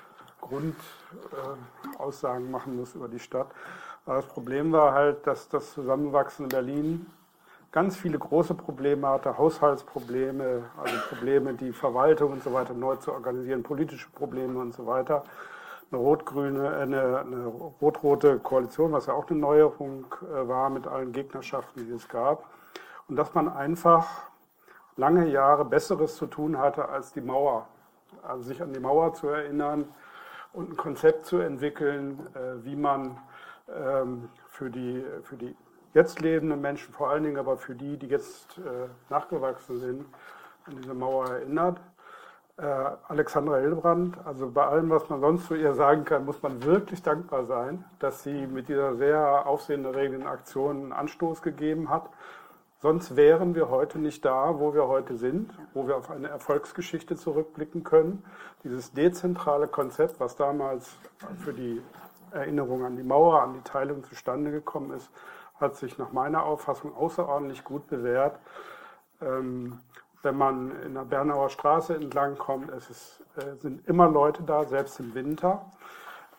Grundaussagen machen muss über die Stadt. Aber das Problem war halt, dass das zusammenwachsende Berlin ganz viele große Probleme hatte, Haushaltsprobleme, also Probleme, die Verwaltung und so weiter neu zu organisieren, politische Probleme und so weiter. Eine rot-rote Koalition, was ja auch eine Neuerung war mit allen Gegnerschaften, die es gab. Und dass man einfach lange Jahre Besseres zu tun hatte als die Mauer. Also sich an die Mauer zu erinnern und ein Konzept zu entwickeln, wie man für die jetzt lebenden Menschen, vor allen Dingen aber für die jetzt nachgewachsen sind, an diese Mauer erinnert. Alexandra Hildebrandt, also bei allem, was man sonst zu ihr sagen kann, muss man wirklich dankbar sein, dass sie mit dieser sehr aufsehenerregenden Aktion einen Anstoß gegeben hat. Sonst wären wir heute nicht da, wo wir heute sind, wo wir auf eine Erfolgsgeschichte zurückblicken können. Dieses dezentrale Konzept, was damals für die Erinnerung an die Mauer, an die Teilung zustande gekommen ist, hat sich nach meiner Auffassung außerordentlich gut bewährt. Wenn man in der Bernauer Straße entlang kommt, sind immer Leute da, selbst im Winter.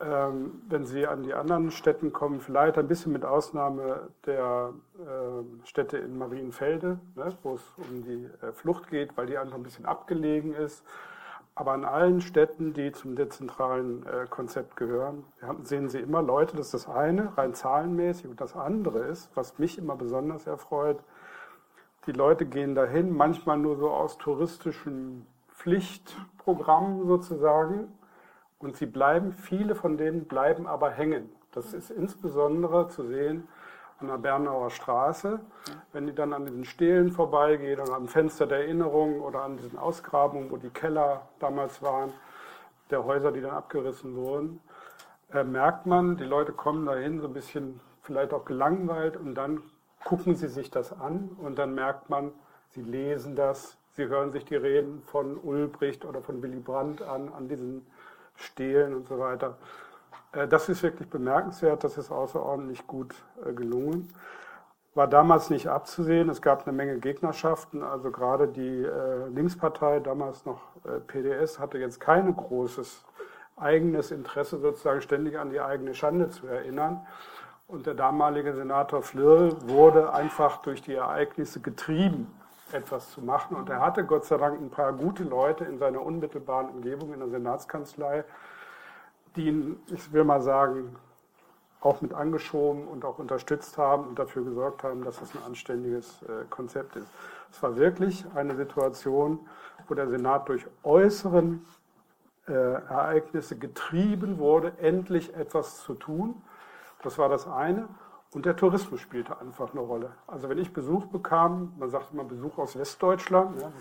wenn Sie an die anderen Städten kommen, vielleicht ein bisschen mit Ausnahme der Städte in Marienfelde, ne, wo es um die Flucht geht, weil die einfach ein bisschen abgelegen ist. Aber an allen Städten, die zum dezentralen Konzept gehören, sehen Sie immer Leute, das ist das eine, rein zahlenmäßig. Und das andere ist, was mich immer besonders erfreut, die Leute gehen dahin, manchmal nur so aus touristischen Pflichtprogrammen sozusagen. Und sie bleiben, viele von denen bleiben aber hängen. Das ist insbesondere zu sehen an der Bernauer Straße, wenn die dann an diesen Stelen vorbeigehen oder am Fenster der Erinnerung oder an diesen Ausgrabungen, wo die Keller damals waren, der Häuser, die dann abgerissen wurden, merkt man, die Leute kommen dahin so ein bisschen vielleicht auch gelangweilt und dann gucken sie sich das an und dann merkt man, sie lesen das, sie hören sich die Reden von Ulbricht oder von Willy Brandt an diesen Stelen und so weiter. Das ist wirklich bemerkenswert, das ist außerordentlich gut gelungen. War damals nicht abzusehen, es gab eine Menge Gegnerschaften, also gerade die Linkspartei, damals noch PDS, hatte jetzt kein großes eigenes Interesse, sozusagen ständig an die eigene Schande zu erinnern. Und der damalige Senator Flirl wurde einfach durch die Ereignisse getrieben, etwas zu machen. Und er hatte Gott sei Dank ein paar gute Leute in seiner unmittelbaren Umgebung in der Senatskanzlei, die ihn, ich will mal sagen, auch mit angeschoben und auch unterstützt haben und dafür gesorgt haben, dass es ein anständiges Konzept ist. Es war wirklich eine Situation, wo der Senat durch äußeren Ereignisse getrieben wurde, endlich etwas zu tun. Das war das eine. Und der Tourismus spielte einfach eine Rolle. Also wenn ich Besuch bekam, man sagt immer Besuch aus Westdeutschland, ja,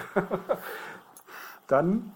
dann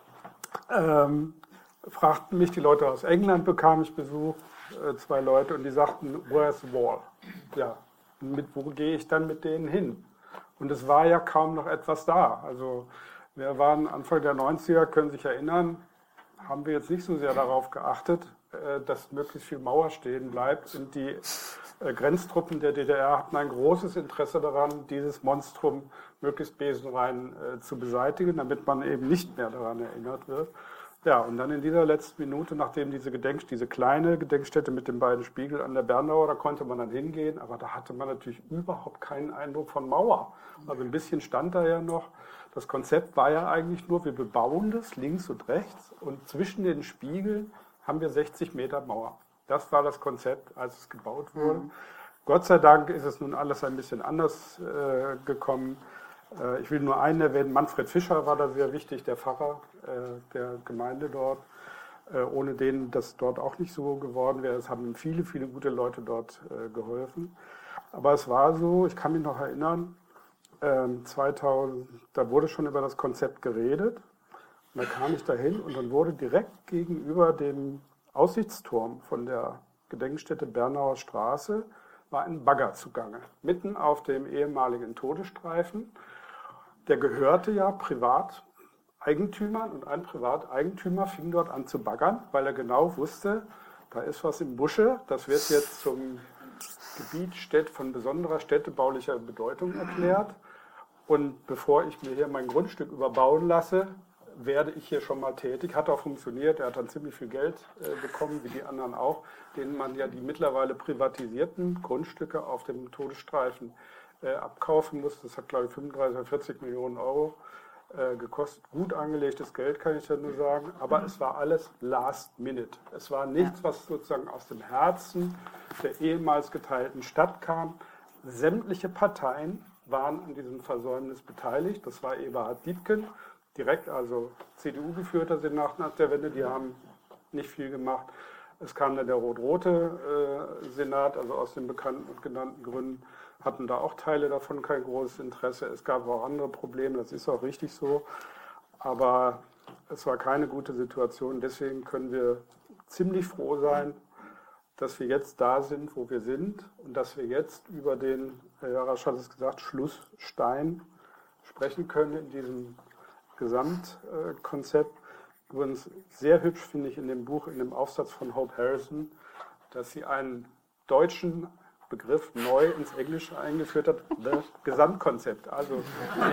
fragten mich die Leute aus England, bekam ich Besuch, 2 Leute, und die sagten, where's the wall? Ja, wo gehe ich dann mit denen hin? Und es war ja kaum noch etwas da. Also wir waren Anfang der 90er, können sich erinnern, haben wir jetzt nicht so sehr darauf geachtet, dass möglichst viel Mauer stehen bleibt. Und die Grenztruppen der DDR hatten ein großes Interesse daran, dieses Monstrum möglichst besenrein zu beseitigen, damit man eben nicht mehr daran erinnert wird. Ja, und dann in dieser letzten Minute, nachdem diese kleine Gedenkstätte mit den beiden Spiegeln an der Bernauer, da konnte man dann hingehen, aber da hatte man natürlich überhaupt keinen Eindruck von Mauer. Also ein bisschen stand da ja noch. Das Konzept war ja eigentlich nur, wir bebauen das links und rechts und zwischen den Spiegeln haben wir 60 Meter Mauer. Das war das Konzept, als es gebaut wurde. Gott sei Dank ist es nun alles ein bisschen anders gekommen. Ich will nur einen erwähnen, Manfred Fischer war da sehr wichtig, der Pfarrer der Gemeinde dort. Ohne den das dort auch nicht so geworden wäre. Es haben ihm viele, viele gute Leute dort geholfen. Aber es war so, ich kann mich noch erinnern, 2000, da wurde schon über das Konzept geredet. Und da kam ich dahin und dann wurde direkt gegenüber dem Aussichtsturm von der Gedenkstätte Bernauer Straße war ein Bagger zugange, mitten auf dem ehemaligen Todesstreifen. Der gehörte ja Privateigentümern und ein Privateigentümer fing dort an zu baggern, weil er genau wusste, da ist was im Busche, das wird jetzt zum Gebiet von besonderer städtebaulicher Bedeutung erklärt. Und bevor ich mir hier mein Grundstück überbauen lasse, werde ich hier schon mal tätig. Hat auch funktioniert, er hat dann ziemlich viel Geld bekommen, wie die anderen auch, denen man ja die mittlerweile privatisierten Grundstücke auf dem Todesstreifen abkaufen muss. Das hat, glaube ich, 35 oder 40 Millionen Euro gekostet. Gut angelegtes Geld, kann ich ja nur sagen. Aber es war alles last minute. Es war nichts, was sozusagen aus dem Herzen der ehemals geteilten Stadt kam. Sämtliche Parteien waren an diesem Versäumnis beteiligt. Das war Eberhard Diepken, direkt also CDU-geführter Senat nach der Wende. Die haben nicht viel gemacht. Es kam dann der rot-rote Senat, also aus den bekannten und genannten Gründen hatten da auch Teile davon kein großes Interesse. Es gab auch andere Probleme, das ist auch richtig so. Aber es war keine gute Situation. Deswegen können wir ziemlich froh sein, dass wir jetzt da sind, wo wir sind und dass wir jetzt über den, Herr Jarasch hat es gesagt, Schlussstein sprechen können in diesem Gesamtkonzept. Übrigens sehr hübsch finde ich in dem Buch, in dem Aufsatz von Hope Harrison, dass sie einen deutschen Begriff neu ins Englische eingeführt hat, das Gesamtkonzept. Also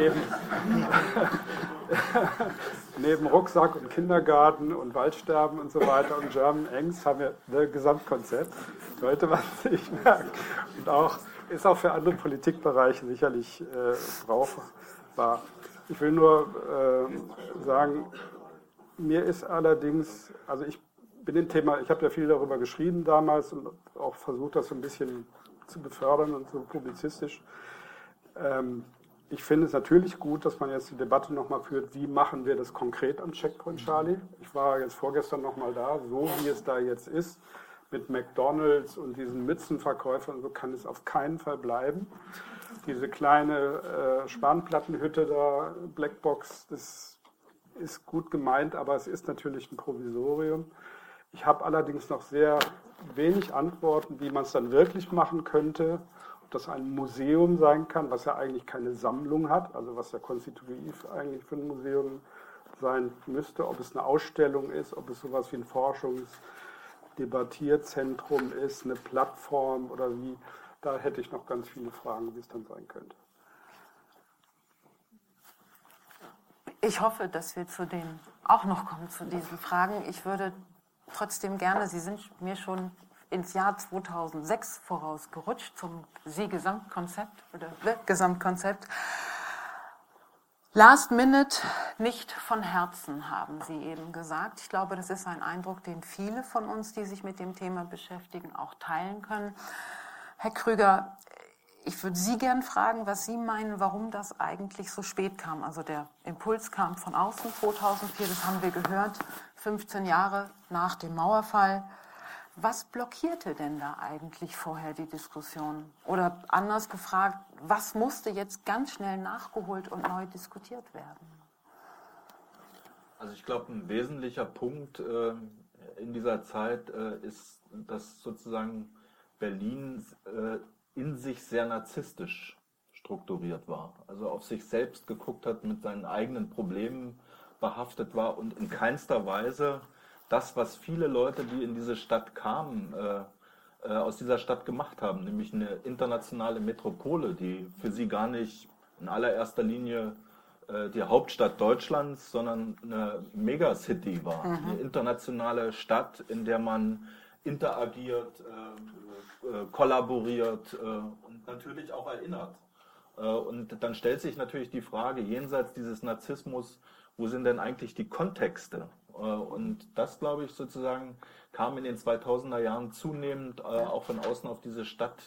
neben Rucksack und Kindergarten und Waldsterben und so weiter und German Angst haben wir das Gesamtkonzept. Sollte man sich merken. Und ist auch für andere Politikbereiche sicherlich brauchbar. Ich will nur sagen, mir ist allerdings, also ich habe ja viel darüber geschrieben damals und auch versucht, das so ein bisschen zu befördern und so publizistisch. Ich finde es natürlich gut, dass man jetzt die Debatte nochmal führt, wie machen wir das konkret am Checkpoint Charlie. Ich war jetzt vorgestern nochmal da, so wie es da jetzt ist, mit McDonalds und diesen Mützenverkäufern, so kann es auf keinen Fall bleiben. Diese kleine Spanplattenhütte da, Blackbox, das ist gut gemeint, aber es ist natürlich ein Provisorium. Ich habe allerdings noch sehr wenig Antworten, wie man es dann wirklich machen könnte. Ob das ein Museum sein kann, was ja eigentlich keine Sammlung hat, also was ja konstitutiv eigentlich für ein Museum sein müsste. Ob es eine Ausstellung ist, ob es sowas wie ein Forschungsdebattierzentrum ist, eine Plattform oder wie. Da hätte ich noch ganz viele Fragen, wie es dann sein könnte. Ich hoffe, dass wir auch noch kommen zu diesen Fragen. Ich würde trotzdem gerne, Sie sind mir schon ins Jahr 2006 vorausgerutscht zum Sie-Gesamtkonzept oder Gesamtkonzept. Last Minute, nicht von Herzen, haben Sie eben gesagt. Ich glaube, das ist ein Eindruck, den viele von uns, die sich mit dem Thema beschäftigen, auch teilen können. Herr Krüger, ich würde Sie gern fragen, was Sie meinen, warum das eigentlich so spät kam. Also der Impuls kam von außen 2004, das haben wir gehört, 15 Jahre nach dem Mauerfall. Was blockierte denn da eigentlich vorher die Diskussion? Oder anders gefragt, was musste jetzt ganz schnell nachgeholt und neu diskutiert werden? Also ich glaube, ein wesentlicher Punkt in dieser Zeit ist, dass sozusagen Berlin in sich sehr narzisstisch strukturiert war. Also auf sich selbst geguckt hat, mit seinen eigenen Problemen behaftet war und in keinster Weise das, was viele Leute, die in diese Stadt kamen, aus dieser Stadt gemacht haben, nämlich eine internationale Metropole, die für sie gar nicht in allererster Linie die Hauptstadt Deutschlands, sondern eine Megacity war. Eine internationale Stadt, in der man interagiert, kollaboriert und natürlich auch erinnert. Und dann stellt sich natürlich die Frage, jenseits dieses Narzissmus, wo sind denn eigentlich die Kontexte? Und das, glaube ich, sozusagen kam in den 2000er Jahren zunehmend auch von außen auf diese Stadt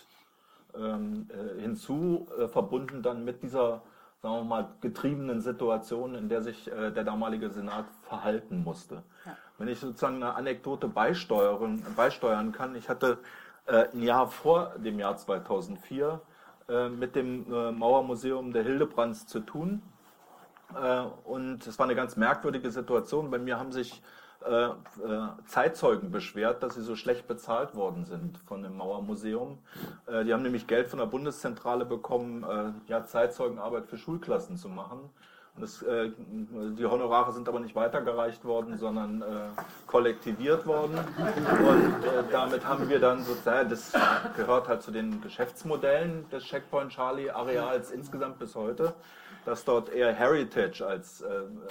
hinzu, verbunden dann mit dieser, sagen wir mal, getriebenen Situation, in der sich der damalige Senat verhalten musste. Ja. Wenn ich sozusagen eine Anekdote beisteuern kann, ich hatte ein Jahr vor dem Jahr 2004 mit dem Mauermuseum der Hildebrands zu tun. Und es war eine ganz merkwürdige Situation. Bei mir haben sich Zeitzeugen beschwert, dass sie so schlecht bezahlt worden sind von dem Mauermuseum. Die haben nämlich Geld von der Bundeszentrale bekommen, Zeitzeugenarbeit für Schulklassen zu machen. Und die Honorare sind aber nicht weitergereicht worden, sondern kollektiviert worden. Und damit haben wir dann sozusagen, das gehört halt zu den Geschäftsmodellen des Checkpoint Charlie Areals insgesamt bis heute, dass dort eher Heritage als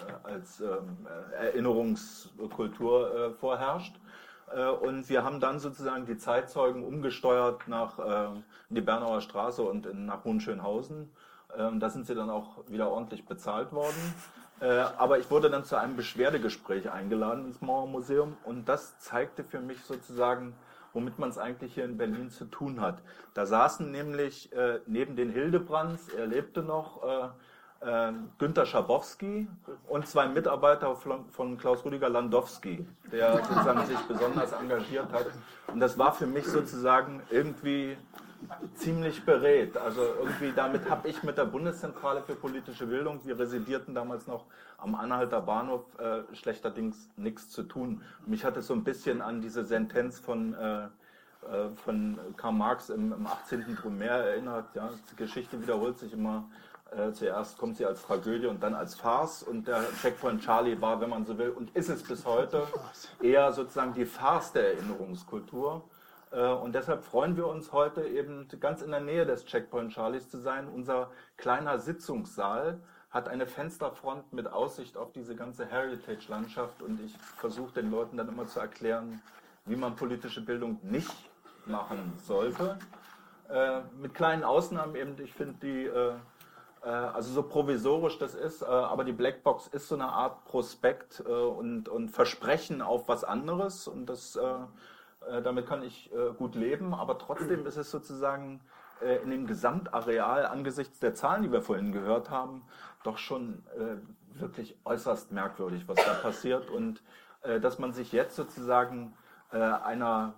Erinnerungskultur vorherrscht. Und wir haben dann sozusagen die Zeitzeugen umgesteuert in die Bernauer Straße und nach Hohenschönhausen. Da sind sie dann auch wieder ordentlich bezahlt worden. Aber ich wurde dann zu einem Beschwerdegespräch eingeladen ins Mauermuseum und das zeigte für mich sozusagen, womit man es eigentlich hier in Berlin zu tun hat. Da saßen nämlich neben den Hildebrands, er lebte noch, Günter Schabowski und zwei Mitarbeiter von Klaus-Rüdiger Landowski, der sozusagen sich besonders engagiert hat. Und das war für mich sozusagen irgendwie ziemlich beredt. Also irgendwie damit habe ich mit der Bundeszentrale für politische Bildung, wir residierten damals noch am Anhalter Bahnhof, schlechterdings nichts zu tun. Mich hat es so ein bisschen an diese Sentenz von Karl Marx im 18. Brumaire erinnert. Ja, die Geschichte wiederholt sich immer. Zuerst kommt sie als Tragödie und dann als Farce und der Checkpoint Charlie war, wenn man so will, und ist es bis heute eher sozusagen die Farce der Erinnerungskultur. Und deshalb freuen wir uns heute eben ganz in der Nähe des Checkpoint Charlies zu sein. Unser kleiner Sitzungssaal hat eine Fensterfront mit Aussicht auf diese ganze Heritage-Landschaft und ich versuche den Leuten dann immer zu erklären, wie man politische Bildung nicht machen sollte. Mit kleinen Ausnahmen eben, ich finde die, also so provisorisch das ist, aber die Blackbox ist so eine Art Prospekt und Versprechen auf was anderes und das, damit kann ich gut leben, aber trotzdem ist es sozusagen in dem Gesamtareal angesichts der Zahlen, die wir vorhin gehört haben, doch schon wirklich äußerst merkwürdig, was da passiert und dass man sich jetzt sozusagen einem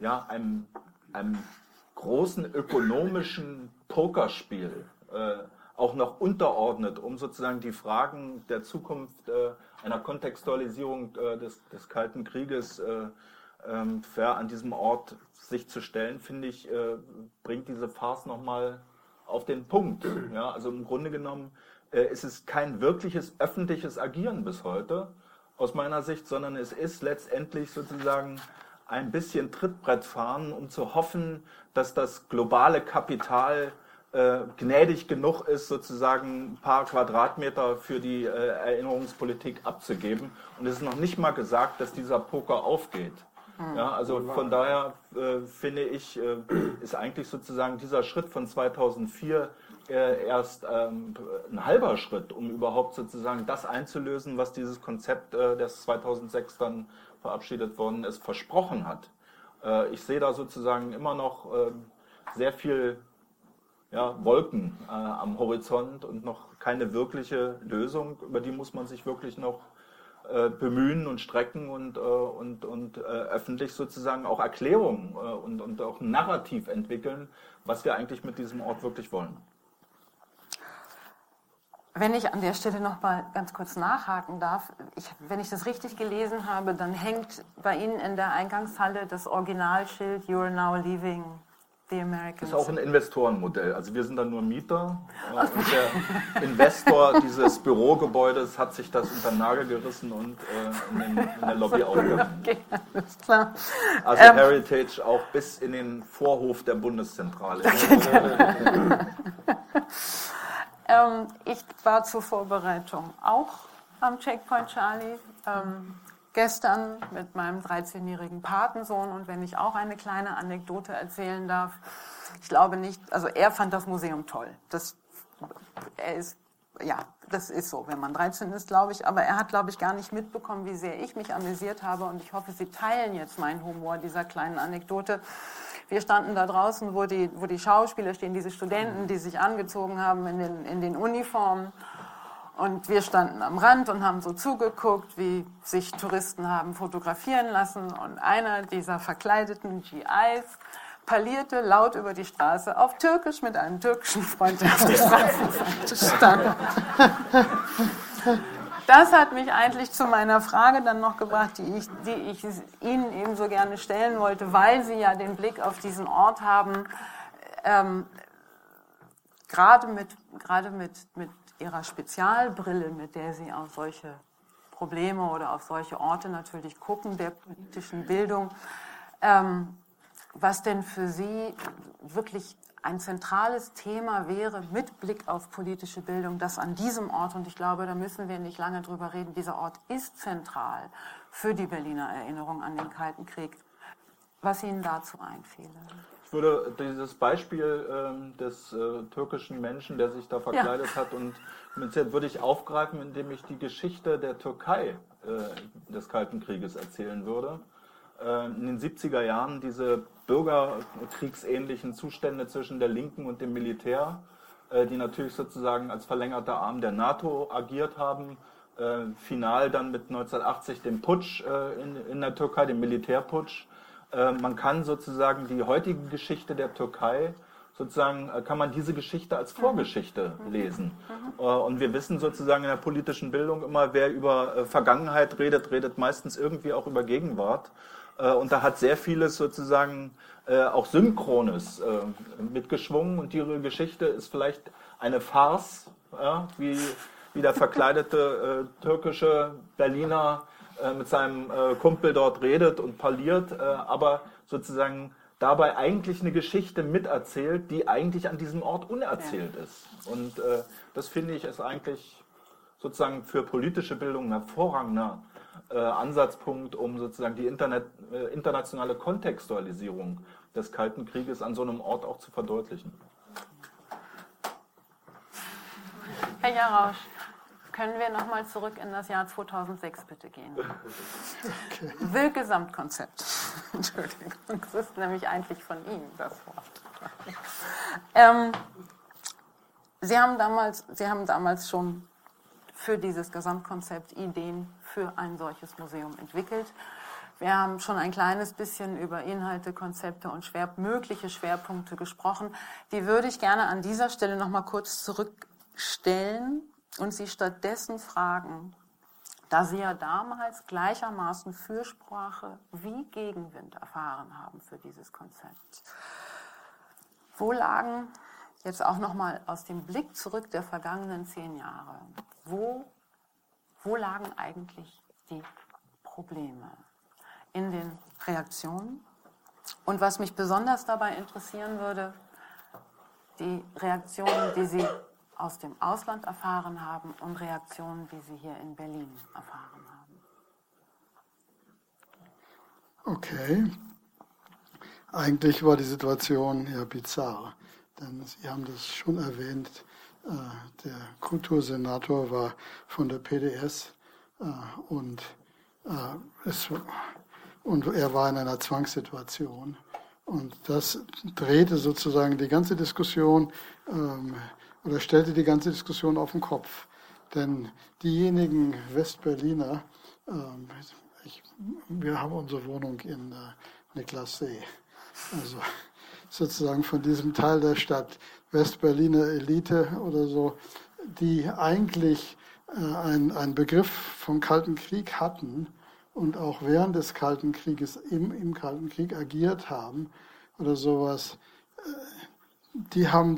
großen ökonomischen Pokerspiel auch noch unterordnet, um sozusagen die Fragen der Zukunft einer Kontextualisierung des Kalten Krieges fair an diesem Ort sich zu stellen, finde ich, bringt diese Farce nochmal auf den Punkt. Ja, also im Grunde genommen ist es kein wirkliches öffentliches Agieren bis heute, aus meiner Sicht, sondern es ist letztendlich sozusagen ein bisschen Trittbrett fahren, um zu hoffen, dass das globale Kapital gnädig genug ist, sozusagen ein paar Quadratmeter für die Erinnerungspolitik abzugeben. Und es ist noch nicht mal gesagt, dass dieser Poker aufgeht. Ja, also von daher finde ich, ist eigentlich sozusagen dieser Schritt von 2004 erst ein halber Schritt, um überhaupt sozusagen das einzulösen, was dieses Konzept, das 2006 dann verabschiedet worden ist, versprochen hat. Ich sehe da sozusagen immer noch sehr viel Wolken am Horizont und noch keine wirkliche Lösung. Über die muss man sich wirklich noch bemühen und strecken und öffentlich sozusagen auch Erklärungen und auch ein Narrativ entwickeln, was wir eigentlich mit diesem Ort wirklich wollen. Wenn ich an der Stelle noch mal ganz kurz nachhaken darf, wenn ich das richtig gelesen habe, dann hängt bei Ihnen in der Eingangshalle das Originalschild "You are now leaving the American." Das ist auch ein Investorenmodell. Also wir sind dann nur Mieter und der Investor dieses Bürogebäudes hat sich das unter den Nagel gerissen und in der Lobby aufgehangen. Okay, alles klar. Also Heritage auch bis in den Vorhof der Bundeszentrale. Ich war zur Vorbereitung auch am Checkpoint Charlie, gestern mit meinem 13-jährigen Patensohn und wenn ich auch eine kleine Anekdote erzählen darf, ich glaube nicht, also er fand das Museum toll. Das ist so, wenn man 13 ist, glaube ich, aber er hat, glaube ich, gar nicht mitbekommen, wie sehr ich mich amüsiert habe und ich hoffe, Sie teilen jetzt meinen Humor dieser kleinen Anekdote. Wir standen da draußen, wo die Schauspieler stehen, diese Studenten, die sich angezogen haben in den Uniformen. Und wir standen am Rand und haben so zugeguckt, wie sich Touristen haben fotografieren lassen. Und einer dieser verkleideten GIs parlierte laut über die Straße auf Türkisch mit einem türkischen Freund, der auf der Straßenseite stand. Das hat mich eigentlich zu meiner Frage dann noch gebracht, die ich Ihnen eben so gerne stellen wollte, weil Sie ja den Blick auf diesen Ort haben, gerade mit Ihrer Spezialbrille, mit der Sie auf solche Probleme oder auf solche Orte natürlich gucken, der politischen Bildung, was denn für Sie wirklich ein zentrales Thema wäre mit Blick auf politische Bildung, das an diesem Ort, und ich glaube, da müssen wir nicht lange drüber reden, dieser Ort ist zentral für die Berliner Erinnerung an den Kalten Krieg, was Ihnen dazu einfiele. Ich würde dieses Beispiel des türkischen Menschen, der sich da verkleidet hat und würde ich aufgreifen, indem ich die Geschichte der Türkei des Kalten Krieges erzählen würde. In den 70er Jahren diese bürgerkriegsähnlichen Zustände zwischen der Linken und dem Militär, die natürlich sozusagen als verlängerter Arm der NATO agiert haben, final dann mit 1980 dem Putsch in der Türkei, dem Militärputsch. Man kann sozusagen die heutige Geschichte der Türkei, sozusagen kann man diese Geschichte als Vorgeschichte lesen. Und wir wissen sozusagen in der politischen Bildung immer, wer über Vergangenheit redet meistens irgendwie auch über Gegenwart. Und da hat sehr vieles sozusagen auch Synchrones mitgeschwungen und ihre Geschichte ist vielleicht eine Farce, wie der verkleidete türkische Berliner mit seinem Kumpel dort redet und parliert, aber sozusagen dabei eigentlich eine Geschichte miterzählt, die eigentlich an diesem Ort unerzählt ist. Und das finde ich ist eigentlich sozusagen für politische Bildung ein hervorragender Ansatzpunkt, um sozusagen die internationale Kontextualisierung des Kalten Krieges an so einem Ort auch zu verdeutlichen. Herr Jarausch, können wir nochmal zurück in das Jahr 2006 bitte gehen? Okay. Will-Gesamtkonzept. Entschuldigung, das ist nämlich eigentlich von Ihnen das Wort. Sie haben damals schon für dieses Gesamtkonzept Ideen für ein solches Museum entwickelt. Wir haben schon ein kleines bisschen über Inhalte, Konzepte und mögliche Schwerpunkte gesprochen. Die würde ich gerne an dieser Stelle noch mal kurz zurückstellen und Sie stattdessen fragen, da Sie ja damals gleichermaßen Fürsprache wie Gegenwind erfahren haben für dieses Konzept. Wo lagen, jetzt auch noch mal aus dem Blick zurück der vergangenen 10 Jahre, wo lagen eigentlich die Probleme? In den Reaktionen. Und was mich besonders dabei interessieren würde, die Reaktionen, die Sie aus dem Ausland erfahren haben und Reaktionen, die Sie hier in Berlin erfahren haben. Okay. Eigentlich war die Situation ja bizarr, denn Sie haben das schon erwähnt, der Kultursenator war von der PDS und er war in einer Zwangssituation. Und das drehte sozusagen die ganze Diskussion oder stellte die ganze Diskussion auf den Kopf. Denn diejenigen Westberliner, wir haben unsere Wohnung in Niklassee, also sozusagen von diesem Teil der Stadt, Westberliner Elite oder so, die eigentlich einen Begriff vom Kalten Krieg hatten, und auch während des Kalten Krieges im Kalten Krieg agiert haben oder sowas, die haben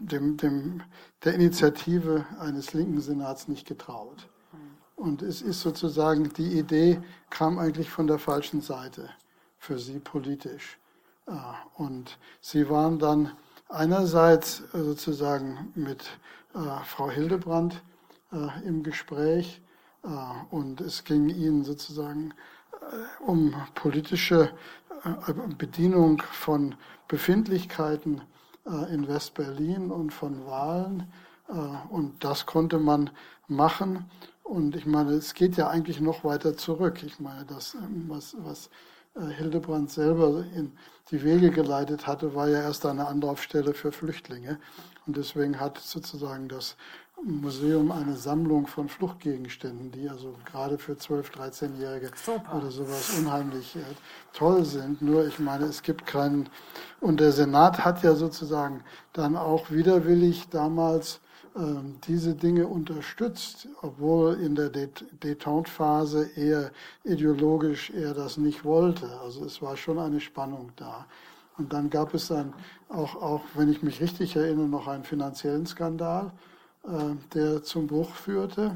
der Initiative eines linken Senats nicht getraut. Und es ist sozusagen, die Idee kam eigentlich von der falschen Seite für sie politisch. Und sie waren dann einerseits sozusagen mit Frau Hildebrandt im Gespräch, und es ging ihnen sozusagen um politische Bedienung von Befindlichkeiten in West-Berlin und von Wahlen. Und das konnte man machen. Und ich meine, es geht ja eigentlich noch weiter zurück. Ich meine, das, was Hildebrandt selber in die Wege geleitet hatte, war ja erst eine Anlaufstelle für Flüchtlinge. Und deswegen hat sozusagen das Museum eine Sammlung von Fluchtgegenständen, die also gerade für 12-, 13-Jährige oder sowas unheimlich toll sind. Nur, ich meine, es gibt keinen... Und der Senat hat ja sozusagen dann auch widerwillig damals diese Dinge unterstützt, obwohl in der Détente-Phase eher ideologisch er das nicht wollte. Also es war schon eine Spannung da. Und dann gab es dann auch, wenn ich mich richtig erinnere, noch einen finanziellen Skandal, der zum Bruch führte.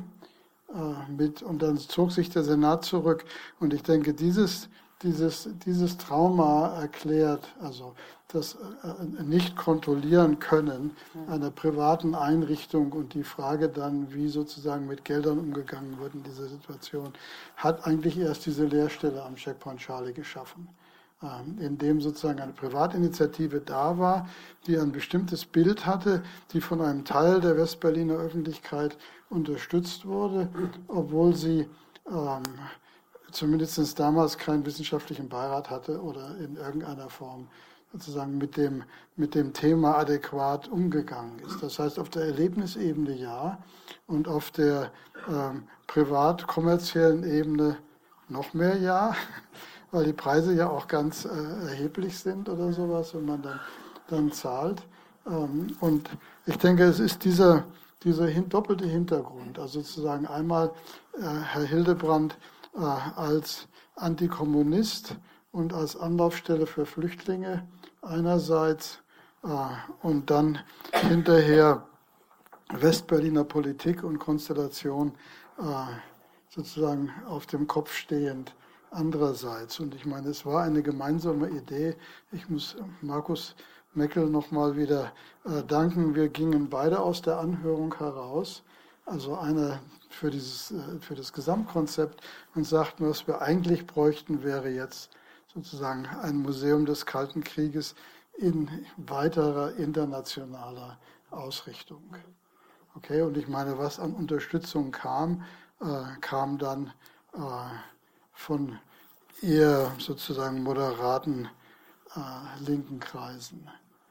Und dann zog sich der Senat zurück. Und ich denke, dieses Trauma erklärt, also das nicht kontrollieren können einer privaten Einrichtung und die Frage dann, wie sozusagen mit Geldern umgegangen wird in dieser Situation, hat eigentlich erst diese Leerstelle am Checkpoint Charlie geschaffen, in dem sozusagen eine Privatinitiative da war, die ein bestimmtes Bild hatte, die von einem Teil der Westberliner Öffentlichkeit unterstützt wurde, obwohl sie zumindest damals keinen wissenschaftlichen Beirat hatte oder in irgendeiner Form sozusagen mit dem Thema adäquat umgegangen ist. Das heißt, auf der Erlebnisebene ja und auf der privat-kommerziellen Ebene noch mehr ja, weil die Preise ja auch ganz erheblich sind oder sowas, wenn man dann zahlt. Und ich denke, es ist dieser doppelte Hintergrund, also sozusagen einmal Herr Hildebrandt als Antikommunist und als Anlaufstelle für Flüchtlinge einerseits und dann hinterher Westberliner Politik und Konstellation sozusagen auf dem Kopf stehend andererseits. Und ich meine, es war eine gemeinsame Idee. Ich muss Markus Meckel nochmal wieder danken. Wir gingen beide aus der Anhörung heraus, also einer für das Gesamtkonzept, und sagten, was wir eigentlich bräuchten, wäre jetzt sozusagen ein Museum des Kalten Krieges in weiterer internationaler Ausrichtung. Okay, und ich meine, was an Unterstützung kam dann von eher sozusagen moderaten linken Kreisen.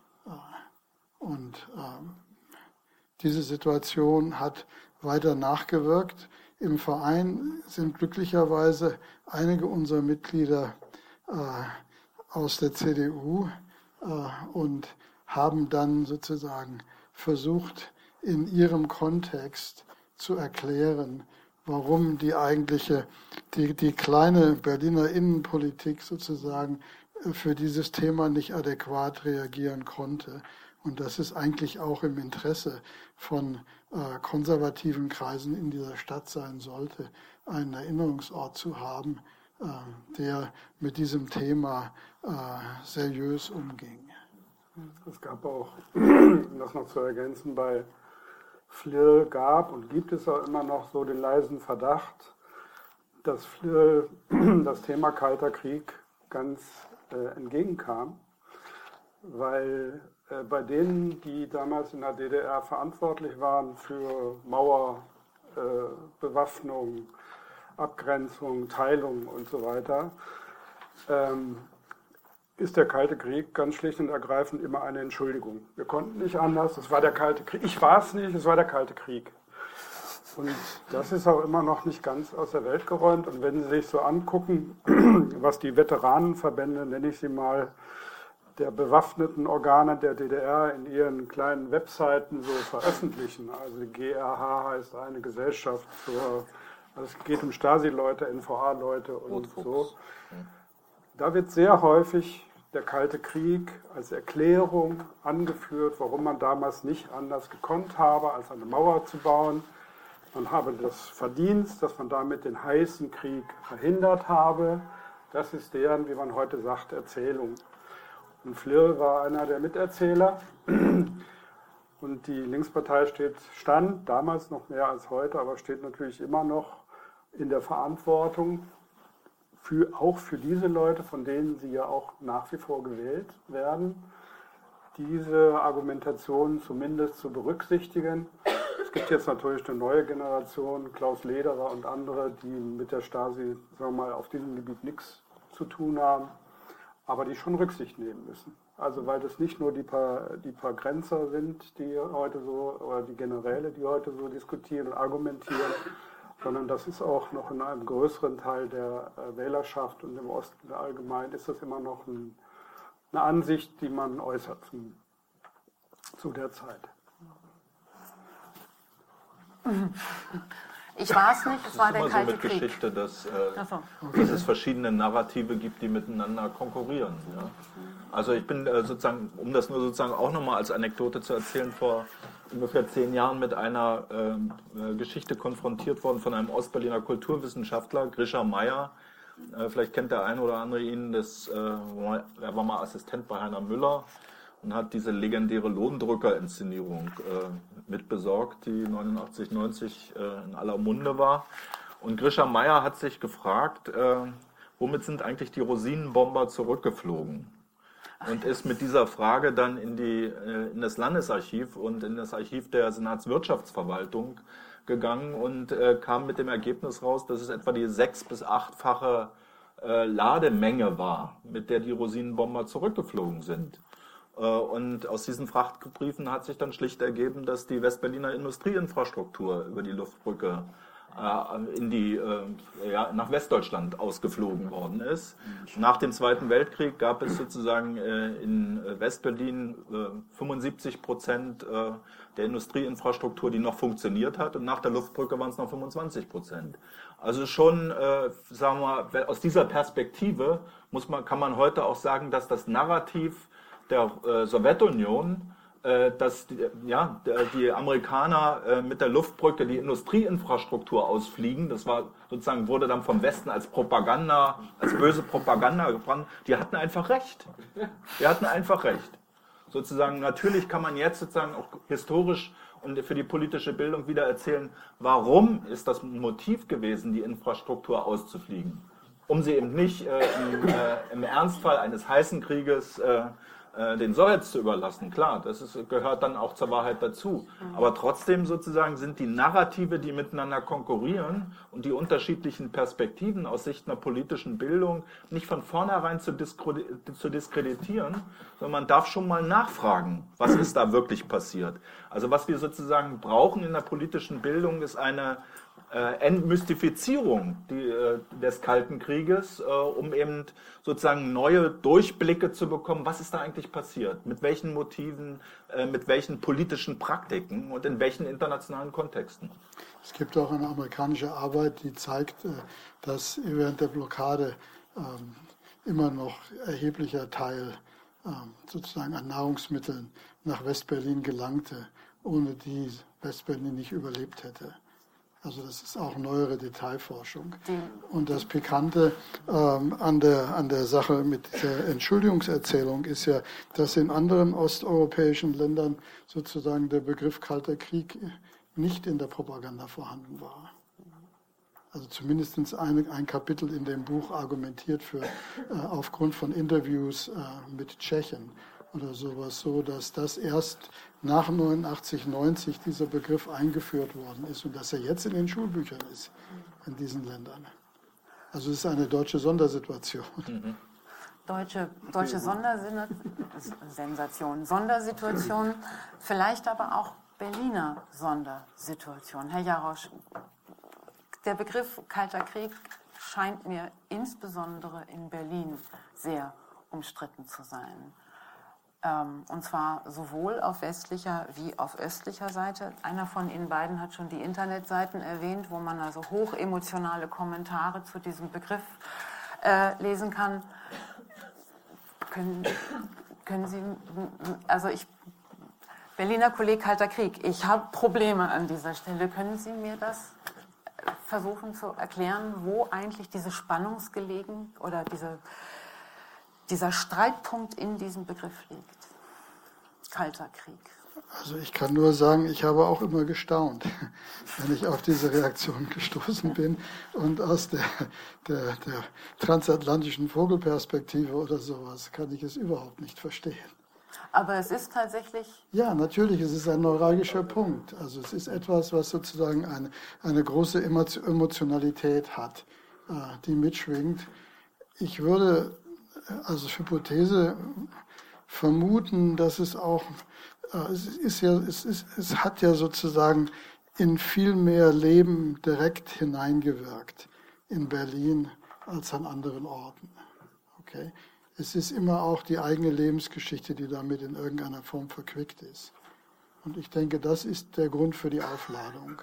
Und diese Situation hat weiter nachgewirkt. Im Verein sind glücklicherweise einige unserer Mitglieder aus der CDU und haben dann sozusagen versucht, in ihrem Kontext zu erklären, warum die kleine Berliner Innenpolitik sozusagen für dieses Thema nicht adäquat reagieren konnte. Und das ist eigentlich auch im Interesse von konservativen Kreisen in dieser Stadt sein sollte, einen Erinnerungsort zu haben, der mit diesem Thema seriös umging. Es gab auch, um das noch zu ergänzen, bei FLIR gab und gibt es auch immer noch so den leisen Verdacht, dass FLIR das Thema Kalter Krieg ganz entgegenkam, weil bei denen, die damals in der DDR verantwortlich waren für Mauer, Bewaffnung, Abgrenzung, Teilung und so weiter, ist der Kalte Krieg ganz schlicht und ergreifend immer eine Entschuldigung. Wir konnten nicht anders, es war der Kalte Krieg. Ich war es nicht, es war der Kalte Krieg. Und das ist auch immer noch nicht ganz aus der Welt geräumt. Und wenn Sie sich so angucken, was die Veteranenverbände, nenne ich sie mal, der bewaffneten Organe der DDR in ihren kleinen Webseiten so veröffentlichen. Also die GRH heißt eine Gesellschaft also es geht um Stasi-Leute, NVA-Leute und so. Da wird sehr häufig der Kalte Krieg als Erklärung angeführt, warum man damals nicht anders gekonnt habe, als eine Mauer zu bauen. Man habe das Verdienst, dass man damit den heißen Krieg verhindert habe. Das ist deren, wie man heute sagt, Erzählung. Und FLIR war einer der Miterzähler. Und die Linkspartei stand damals noch mehr als heute, aber steht natürlich immer noch in der Verantwortung, auch für diese Leute, von denen sie ja auch nach wie vor gewählt werden, diese Argumentation zumindest zu berücksichtigen. Es gibt jetzt natürlich eine neue Generation, Klaus Lederer und andere, die mit der Stasi, sagen wir mal, auf diesem Gebiet nichts zu tun haben, aber die schon Rücksicht nehmen müssen. Also weil das nicht nur die paar Grenzer sind, die heute so, oder die Generäle, die heute so diskutieren und argumentieren, sondern das ist auch noch in einem größeren Teil der Wählerschaft und im Osten allgemein ist das immer noch eine Ansicht, die man äußert zu der Zeit. Ich war es nicht, es war der Kalte Krieg. Es ist immer so mit Geschichte, dass es verschiedene Narrative gibt, die miteinander konkurrieren. Ja. Also ich bin sozusagen, um das nur sozusagen auch nochmal als Anekdote zu erzählen, vor ungefähr 10 Jahren mit einer Geschichte konfrontiert worden von einem Ostberliner Kulturwissenschaftler, Grisha Meyer. Vielleicht kennt der eine oder andere ihn, er war mal Assistent bei Heiner Müller und hat diese legendäre Lohndrücker-Inszenierung mitbesorgt, die 89, 90 in aller Munde war. Und Grisha Meyer hat sich gefragt, womit sind eigentlich die Rosinenbomber zurückgeflogen? Und ist mit dieser Frage dann in das Landesarchiv und in das Archiv der Senatswirtschaftsverwaltung gegangen und kam mit dem Ergebnis raus, dass es etwa die 6- bis 8-fache Lademenge war, mit der die Rosinenbomber zurückgeflogen sind. Und aus diesen Frachtbriefen hat sich dann schlicht ergeben, dass die Westberliner Industrieinfrastruktur über die Luftbrücke nach Westdeutschland ausgeflogen worden ist. Nach dem Zweiten Weltkrieg gab es sozusagen in Westberlin 75% der Industrieinfrastruktur, die noch funktioniert hat, und nach der Luftbrücke waren es noch 25%. Also schon, sagen wir mal, aus dieser Perspektive kann man heute auch sagen, dass das Narrativ der Sowjetunion dass die Amerikaner mit der Luftbrücke die Industrieinfrastruktur ausfliegen. Das war sozusagen, wurde dann vom Westen als Propaganda, als böse Propaganda gebrannt. Die hatten einfach recht. Sozusagen, natürlich kann man jetzt sozusagen auch historisch und für die politische Bildung wieder erzählen, warum ist das ein Motiv gewesen, die Infrastruktur auszufliegen? Um sie eben nicht im Ernstfall eines heißen Krieges den Sowjets zu überlassen. Klar, gehört dann auch zur Wahrheit dazu. Aber trotzdem sozusagen sind die Narrative, die miteinander konkurrieren und die unterschiedlichen Perspektiven aus Sicht einer politischen Bildung nicht von vornherein zu diskreditieren, sondern man darf schon mal nachfragen, was ist da wirklich passiert. Also was wir sozusagen brauchen in der politischen Bildung ist eine Entmystifizierung des Kalten Krieges, um eben sozusagen neue Durchblicke zu bekommen, was ist da eigentlich passiert, mit welchen Motiven, mit welchen politischen Praktiken und in welchen internationalen Kontexten. Es gibt auch eine amerikanische Arbeit, die zeigt, dass während der Blockade immer noch erheblicher Teil sozusagen an Nahrungsmitteln nach West-Berlin gelangte, ohne die West-Berlin nicht überlebt hätte. Also das ist auch neuere Detailforschung. Und das Pikante an der Sache mit der Entschuldigungserzählung ist ja, dass in anderen osteuropäischen Ländern sozusagen der Begriff Kalter Krieg nicht in der Propaganda vorhanden war. Also zumindest ein Kapitel in dem Buch argumentiert für aufgrund von Interviews mit Tschechen oder sowas, so dass das erst nach 89, 90 dieser Begriff eingeführt worden ist und dass er jetzt in den Schulbüchern ist in diesen Ländern. Also es ist eine deutsche Sondersituation. Deutsche Sondersituation, vielleicht aber auch Berliner Sondersituation. Herr Jarosch, der Begriff Kalter Krieg scheint mir insbesondere in Berlin sehr umstritten zu sein. Und zwar sowohl auf westlicher wie auf östlicher Seite. Einer von Ihnen beiden hat schon die Internetseiten erwähnt, wo man also hochemotionale Kommentare zu diesem Begriff lesen kann. Können Sie, Berliner Kolleg Kalter Krieg, ich habe Probleme an dieser Stelle. Können Sie mir das versuchen zu erklären, wo eigentlich diese Spannungsgelegen oder dieser Streitpunkt in diesem Begriff liegt? Kalter Krieg. Also ich kann nur sagen, ich habe auch immer gestaunt, wenn ich auf diese Reaktion gestoßen bin und aus der transatlantischen Vogelperspektive oder sowas kann ich es überhaupt nicht verstehen. Aber es ist tatsächlich... Ja, natürlich, es ist ein neuralgischer Punkt. Also es ist etwas, was sozusagen eine große Emotionalität hat, die mitschwingt. Ich würde als Hypothese vermuten, dass es auch, es hat ja sozusagen in viel mehr Leben direkt hineingewirkt in Berlin als an anderen Orten. Okay? Es ist immer auch die eigene Lebensgeschichte, die damit in irgendeiner Form verquickt ist. Und ich denke, das ist der Grund für die Aufladung.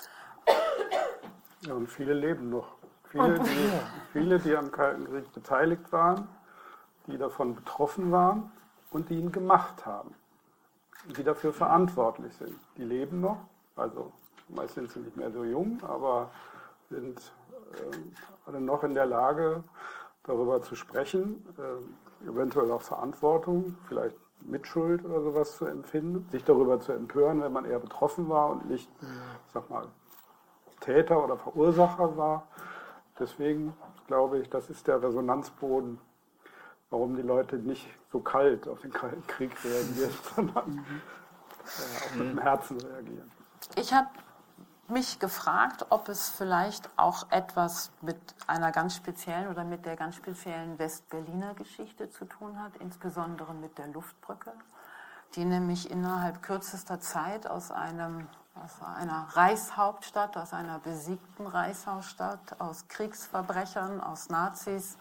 Ja, und viele leben noch. Viele, die am Kalten Krieg beteiligt waren, die davon betroffen waren und die ihn gemacht haben. Die dafür verantwortlich sind. Die leben noch, also meist sind sie nicht mehr so jung, aber sind alle noch in der Lage, darüber zu sprechen, eventuell auch Verantwortung, vielleicht Mitschuld oder sowas zu empfinden, sich darüber zu empören, wenn man eher betroffen war und nicht, sag mal, Täter oder Verursacher war. Deswegen glaube ich, das ist der Resonanzboden, warum die Leute nicht so kalt auf den Kalten Krieg reagieren, sondern auch mit dem Herzen reagieren. Ich habe mich gefragt, ob es vielleicht auch etwas mit einer ganz speziellen oder mit der ganz speziellen Westberliner Geschichte zu tun hat, insbesondere mit der Luftbrücke, die nämlich innerhalb kürzester Zeit aus einer Reichshauptstadt, aus einer besiegten Reichshauptstadt, aus Kriegsverbrechern, aus Nazis,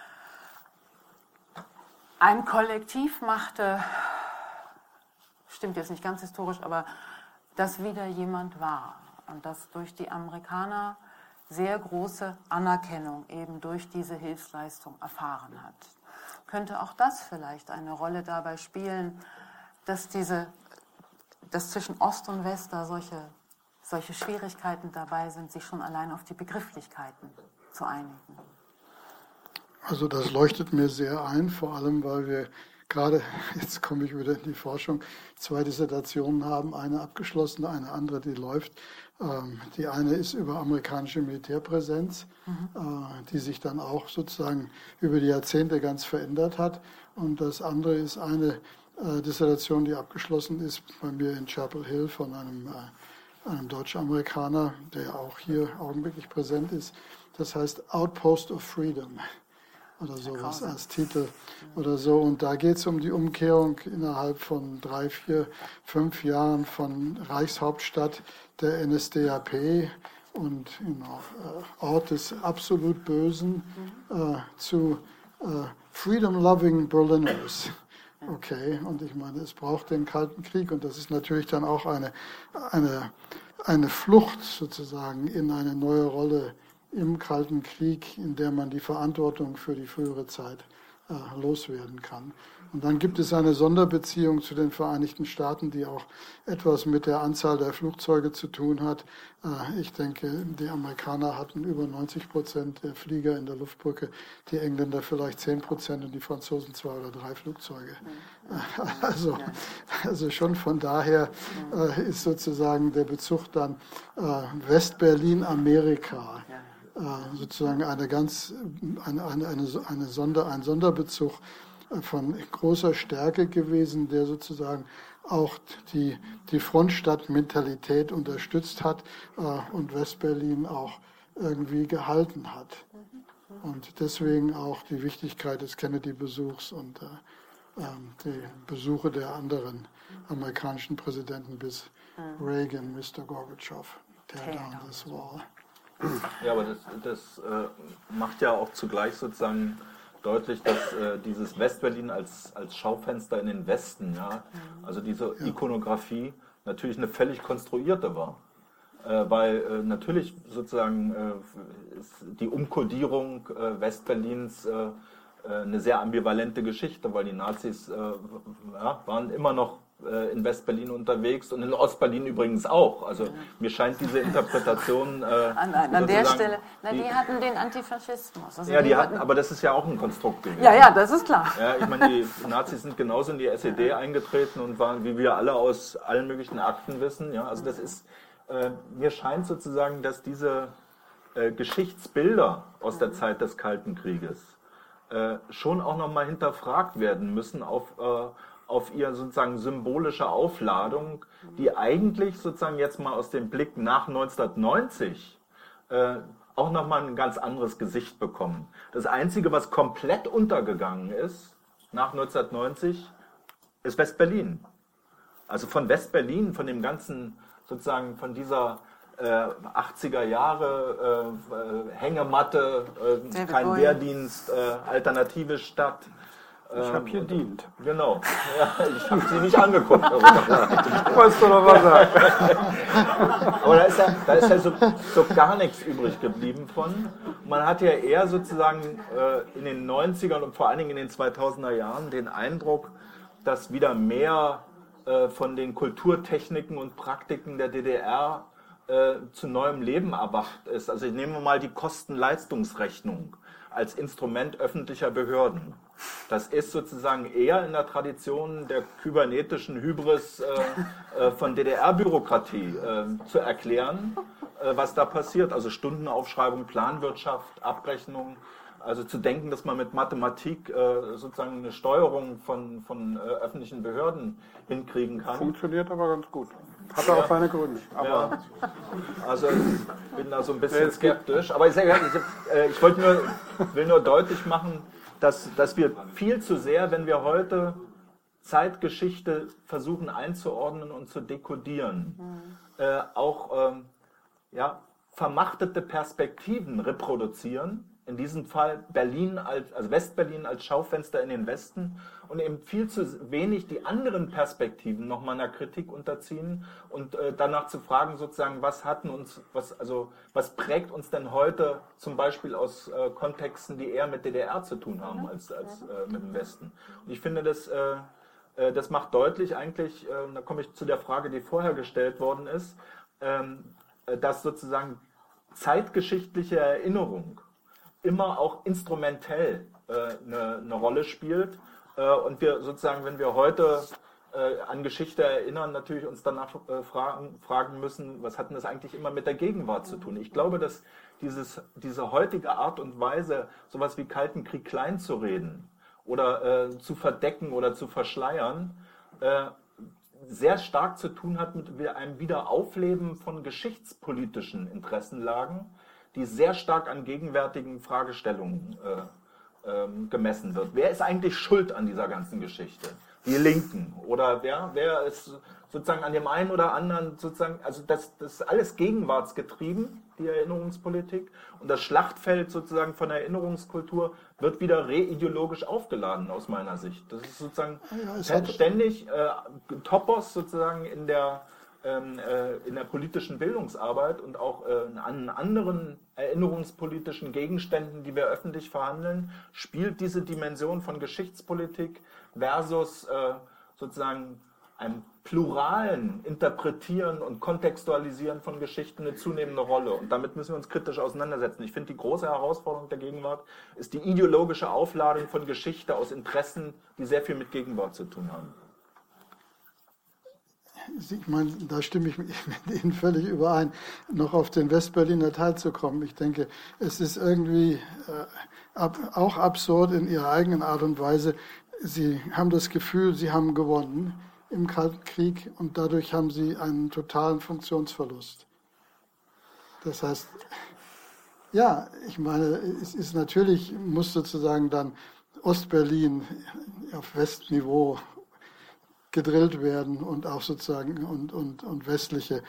ein Kollektiv machte, stimmt jetzt nicht ganz historisch, aber das wieder jemand war und das durch die Amerikaner sehr große Anerkennung eben durch diese Hilfsleistung erfahren hat. Könnte auch das vielleicht eine Rolle dabei spielen, dass diese dass zwischen Ost und West da solche Schwierigkeiten dabei sind, sich schon allein auf die Begrifflichkeiten zu einigen? Also das leuchtet mir sehr ein, vor allem weil wir gerade, jetzt komme ich wieder in die Forschung, 2 Dissertationen haben, eine abgeschlossen, eine andere, die läuft. Die eine ist über amerikanische Militärpräsenz, die sich dann auch sozusagen über die Jahrzehnte ganz verändert hat. Und das andere ist eine Dissertation, die abgeschlossen ist bei mir in Chapel Hill von einem Deutsch-Amerikaner, der auch hier augenblicklich präsent ist. Das heißt Outpost of Freedom oder sowas als Titel oder so. Und da geht es um die Umkehrung innerhalb von 3, 4, 5 Jahren von Reichshauptstadt der NSDAP und Ort des absolut Bösen zu Freedom-loving Berliners. Okay, und ich meine, es braucht den Kalten Krieg und das ist natürlich dann auch eine Flucht sozusagen in eine neue Rolle im Kalten Krieg, in der man die Verantwortung für die frühere Zeit loswerden kann. Und dann gibt es eine Sonderbeziehung zu den Vereinigten Staaten, die auch etwas mit der Anzahl der Flugzeuge zu tun hat. Ich denke, die Amerikaner hatten über 90% der Flieger in der Luftbrücke, die Engländer vielleicht 10% und die Franzosen 2 oder 3 Flugzeuge. Also schon von daher ist sozusagen der Bezug dann Westberlin, Amerika. Sozusagen ein Sonderbezug von großer Stärke gewesen, der sozusagen auch die Frontstadt-Mentalität unterstützt hat und Westberlin auch irgendwie gehalten hat. Und deswegen auch die Wichtigkeit des Kennedy-Besuchs und die Besuche der anderen amerikanischen Präsidenten bis Reagan, Mr. Gorbatschow, tear down this wall. Ja, aber das macht ja auch zugleich sozusagen deutlich, dass dieses Westberlin als Schaufenster in den Westen, ja, also diese Ikonografie natürlich eine völlig konstruierte war. Weil natürlich sozusagen ist die Umkodierung Westberlins eine sehr ambivalente Geschichte, weil die Nazis waren immer noch in Westberlin unterwegs und in Ostberlin übrigens auch. Also mir scheint diese Interpretation an der Stelle, die hatten den Antifaschismus. Also ja, die hatten, aber das ist ja auch ein Konstrukt gewesen. Ja, das ist klar. Ja, ich meine, die Nazis sind genauso in die SED eingetreten und waren, wie wir alle aus allen möglichen Akten wissen. Ja, also das ist, mir scheint sozusagen, dass diese Geschichtsbilder aus der Zeit des Kalten Krieges schon auch nochmal hinterfragt werden müssen auf ihre sozusagen symbolische Aufladung, die eigentlich sozusagen jetzt mal aus dem Blick nach 1990 auch nochmal ein ganz anderes Gesicht bekommen. Das Einzige, was komplett untergegangen ist nach 1990, ist Westberlin. Also von Westberlin, von dem ganzen sozusagen, von dieser 80er Jahre Hängematte, kein Wehrdienst, alternative Stadt. Ich habe hier dient. Genau. Ja, ich habe sie nicht angeguckt. Wolltest du noch was sagen? Aber da ist ja so gar nichts übrig geblieben von. Man hat ja eher sozusagen in den 90ern und vor allen Dingen in den 2000er Jahren den Eindruck, dass wieder mehr von den Kulturtechniken und Praktiken der DDR zu neuem Leben erwacht ist. Also ich nehme mal die Kosten-Leistungsrechnung als Instrument öffentlicher Behörden. Das ist sozusagen eher in der Tradition der kybernetischen Hybris von DDR-Bürokratie zu erklären, was da passiert. Also Stundenaufschreibung, Planwirtschaft, Abrechnung. Also zu denken, dass man mit Mathematik sozusagen eine Steuerung von öffentlichen Behörden hinkriegen kann. Funktioniert aber ganz gut. Hat auch seine Gründe. Aber ja. Also ich bin da so ein bisschen skeptisch. Aber ich will nur deutlich machen, dass wir viel zu sehr, wenn wir heute Zeitgeschichte versuchen einzuordnen und zu dekodieren, auch vermachtete Perspektiven reproduzieren. In diesem Fall also Westberlin als Schaufenster in den Westen und eben viel zu wenig die anderen Perspektiven nochmal einer Kritik unterziehen und danach zu fragen sozusagen, was prägt uns denn heute zum Beispiel aus Kontexten, die eher mit DDR zu tun haben als mit dem Westen. Und ich finde das das macht deutlich eigentlich, da komme ich zu der Frage, die vorher gestellt worden ist, dass sozusagen zeitgeschichtliche Erinnerung immer auch instrumentell eine Rolle spielt und wir sozusagen, wenn wir heute an Geschichte erinnern, natürlich uns danach fragen müssen, was hat denn das eigentlich immer mit der Gegenwart zu tun? Ich glaube, dass diese heutige Art und Weise, sowas wie Kalten Krieg klein zu reden oder zu verdecken oder zu verschleiern, sehr stark zu tun hat mit einem Wiederaufleben von geschichtspolitischen Interessenlagen, die sehr stark an gegenwärtigen Fragestellungen gemessen wird. Wer ist eigentlich schuld an dieser ganzen Geschichte? Die Linken oder wer ist sozusagen an dem einen oder anderen sozusagen, also das ist alles gegenwartsgetrieben, die Erinnerungspolitik, und das Schlachtfeld sozusagen von Erinnerungskultur wird wieder reideologisch aufgeladen aus meiner Sicht. Das ist sozusagen ständig Topos sozusagen in der politischen Bildungsarbeit und auch an anderen erinnerungspolitischen Gegenständen, die wir öffentlich verhandeln, spielt diese Dimension von Geschichtspolitik versus sozusagen einem pluralen Interpretieren und Kontextualisieren von Geschichten eine zunehmende Rolle. Und damit müssen wir uns kritisch auseinandersetzen. Ich finde, die große Herausforderung der Gegenwart ist die ideologische Aufladung von Geschichte aus Interessen, die sehr viel mit Gegenwart zu tun haben. Ich meine, da stimme ich mit Ihnen völlig überein, noch auf den Westberliner Teil zu kommen. Ich denke, es ist irgendwie auch absurd in Ihrer eigenen Art und Weise. Sie haben das Gefühl, Sie haben gewonnen im Kalten Krieg und dadurch haben Sie einen totalen Funktionsverlust. Das heißt, ja, ich meine, es ist natürlich, muss sozusagen dann Ostberlin auf Westniveau gedrillt werden und auch sozusagen und westliche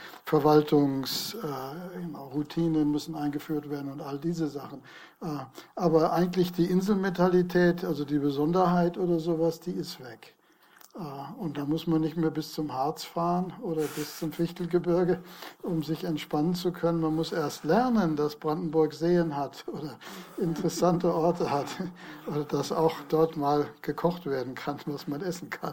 Verwaltungsroutinen müssen eingeführt werden und all diese Sachen. Aber eigentlich die Inselmentalität, also die Besonderheit oder sowas, die ist weg. Und da muss man nicht mehr bis zum Harz fahren oder bis zum Fichtelgebirge, um sich entspannen zu können. Man muss erst lernen, dass Brandenburg Seen hat oder interessante Orte hat oder dass auch dort mal gekocht werden kann, was man essen kann.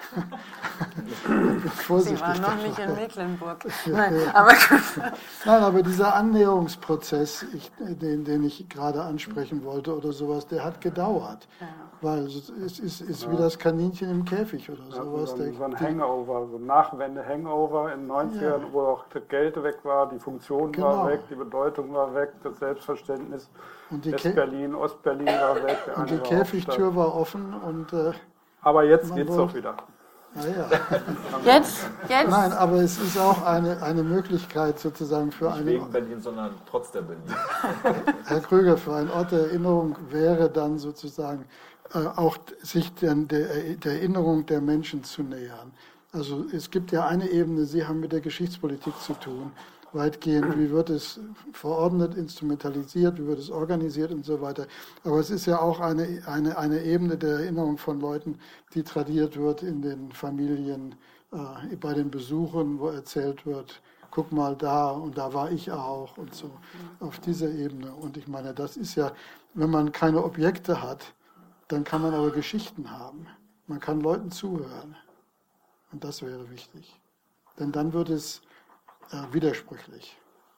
Sie waren noch nicht in Mecklenburg. Nein, ja. Nein, aber dieser Annäherungsprozess, den ich gerade ansprechen wollte oder sowas, der hat gedauert. Ja. Weil es ist wie das Kaninchen im Käfig oder sowas. Ja, so ein Hangover, so ein Nachwende-Hangover in den 90ern, wo auch das Geld weg war, die Funktion war weg, die Bedeutung war weg, das Selbstverständnis. West-Berlin, Ostberlin war weg. Und die Käfigtür war offen. Aber jetzt geht es doch wieder. Ja. Jetzt? Nein, aber es ist auch eine Möglichkeit sozusagen für Nicht wegen Berlin, sondern trotz der Berlin. Herr Krüger, für einen Ort der Erinnerung wäre dann sozusagen auch sich der Erinnerung der Menschen zu nähern. Also es gibt ja eine Ebene, Sie haben mit der Geschichtspolitik zu tun, weitgehend, wie wird es verordnet, instrumentalisiert, wie wird es organisiert und so weiter. Aber es ist ja auch eine Ebene der Erinnerung von Leuten, die tradiert wird in den Familien, bei den Besuchen, wo erzählt wird, guck mal da und da war ich auch und so, auf dieser Ebene. Und ich meine, das ist ja, wenn man keine Objekte hat, dann kann man aber Geschichten haben. Man kann Leuten zuhören. Und das wäre wichtig. Denn dann wird es widersprüchlich.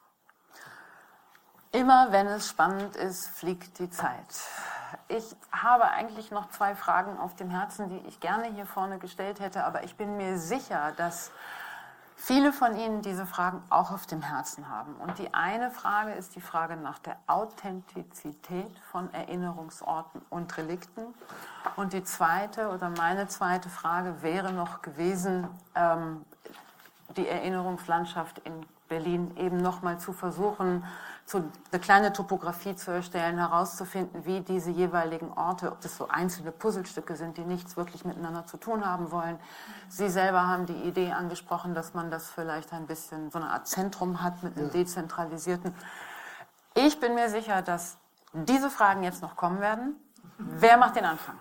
Immer wenn es spannend ist, fliegt die Zeit. Ich habe eigentlich noch 2 Fragen auf dem Herzen, die ich gerne hier vorne gestellt hätte, aber ich bin mir sicher, dass viele von Ihnen diese Fragen auch auf dem Herzen haben. Und die eine Frage ist die Frage nach der Authentizität von Erinnerungsorten und Relikten. Und die zweite oder meine zweite Frage wäre noch gewesen, die Erinnerungslandschaft in Berlin eben nochmal zu versuchen, eine kleine Topografie zu erstellen, herauszufinden, wie diese jeweiligen Orte, ob das so einzelne Puzzlestücke sind, die nichts wirklich miteinander zu tun haben wollen. Sie selber haben die Idee angesprochen, dass man das vielleicht ein bisschen so eine Art Zentrum hat mit einem dezentralisierten. Ich bin mir sicher, dass diese Fragen jetzt noch kommen werden. Wer macht den Anfang?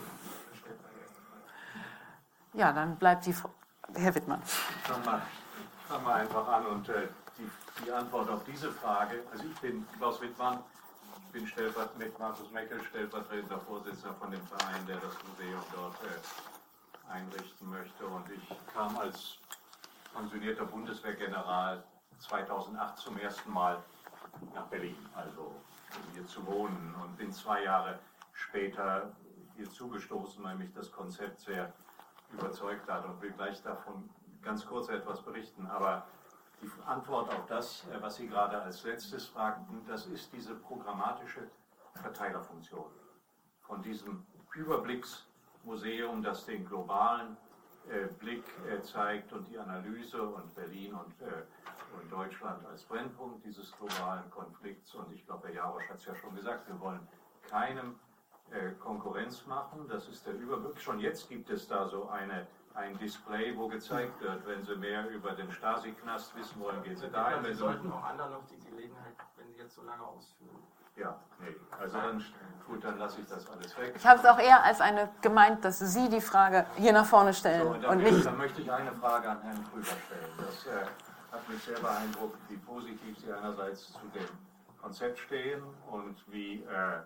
Ja, dann bleibt Herr Wittmann. Fangen wir einfach an und die Antwort auf diese Frage, also ich bin Klaus Wittmann, bin mit Markus Meckel stellvertretender Vorsitzender von dem Verein, der das Museum dort einrichten möchte. Und ich kam als pensionierter Bundeswehrgeneral 2008 zum ersten Mal nach Berlin, also um hier zu wohnen, und bin 2 Jahre später hier zugestoßen, weil mich das Konzept sehr überzeugt hat und will gleich davon ganz kurz etwas berichten. Aber die Antwort auf das, was Sie gerade als letztes fragten, das ist diese programmatische Verteilerfunktion von diesem Überblicksmuseum, das den globalen Blick zeigt und die Analyse und Berlin und Deutschland als Brennpunkt dieses globalen Konflikts. Und ich glaube, Herr Jarosch hat es ja schon gesagt, wir wollen keinem Konkurrenz machen. Das ist der Überblick. Schon jetzt gibt es da so ein Display, wo gezeigt wird, wenn Sie mehr über den Stasi-Knast wissen wollen, gehen Sie dahin. Sie sollten auch anderen noch die Gelegenheit, wenn Sie jetzt so lange ausführen. Ja, nee. Also dann, gut, dann lasse ich das alles weg. Ich habe es auch eher als gemeint, dass Sie die Frage hier nach vorne stellen. So, und nicht. Dann möchte ich eine Frage an Herrn Krüger stellen. Das hat mich sehr beeindruckt, wie positiv Sie einerseits zu dem Konzept stehen und wie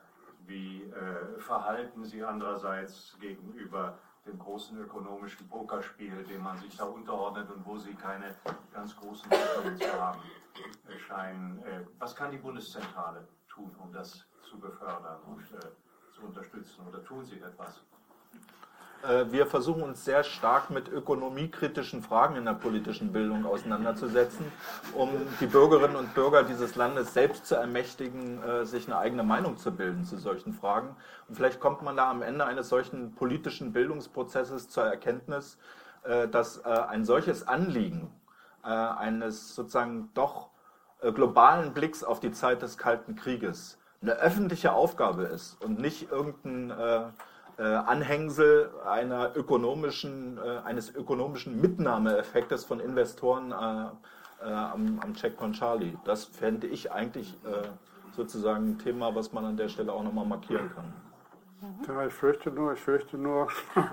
verhalten Sie andererseits gegenüber dem großen ökonomischen Pokerspiel, dem man sich da unterordnet und wo Sie keine ganz großen Hoffnungen zu haben scheinen. Was kann die Bundeszentrale tun, um das zu befördern und zu unterstützen? Oder tun Sie etwas? Wir versuchen uns sehr stark mit ökonomiekritischen Fragen in der politischen Bildung auseinanderzusetzen, um die Bürgerinnen und Bürger dieses Landes selbst zu ermächtigen, sich eine eigene Meinung zu bilden zu solchen Fragen. Und vielleicht kommt man da am Ende eines solchen politischen Bildungsprozesses zur Erkenntnis, dass ein solches Anliegen eines sozusagen doch globalen Blicks auf die Zeit des Kalten Krieges eine öffentliche Aufgabe ist und nicht irgendein Anhängsel eines ökonomischen Mitnahmeeffektes von Investoren am Checkpoint Charlie. Das fände ich eigentlich sozusagen ein Thema, was man an der Stelle auch nochmal markieren kann. Ja, ich fürchte nur,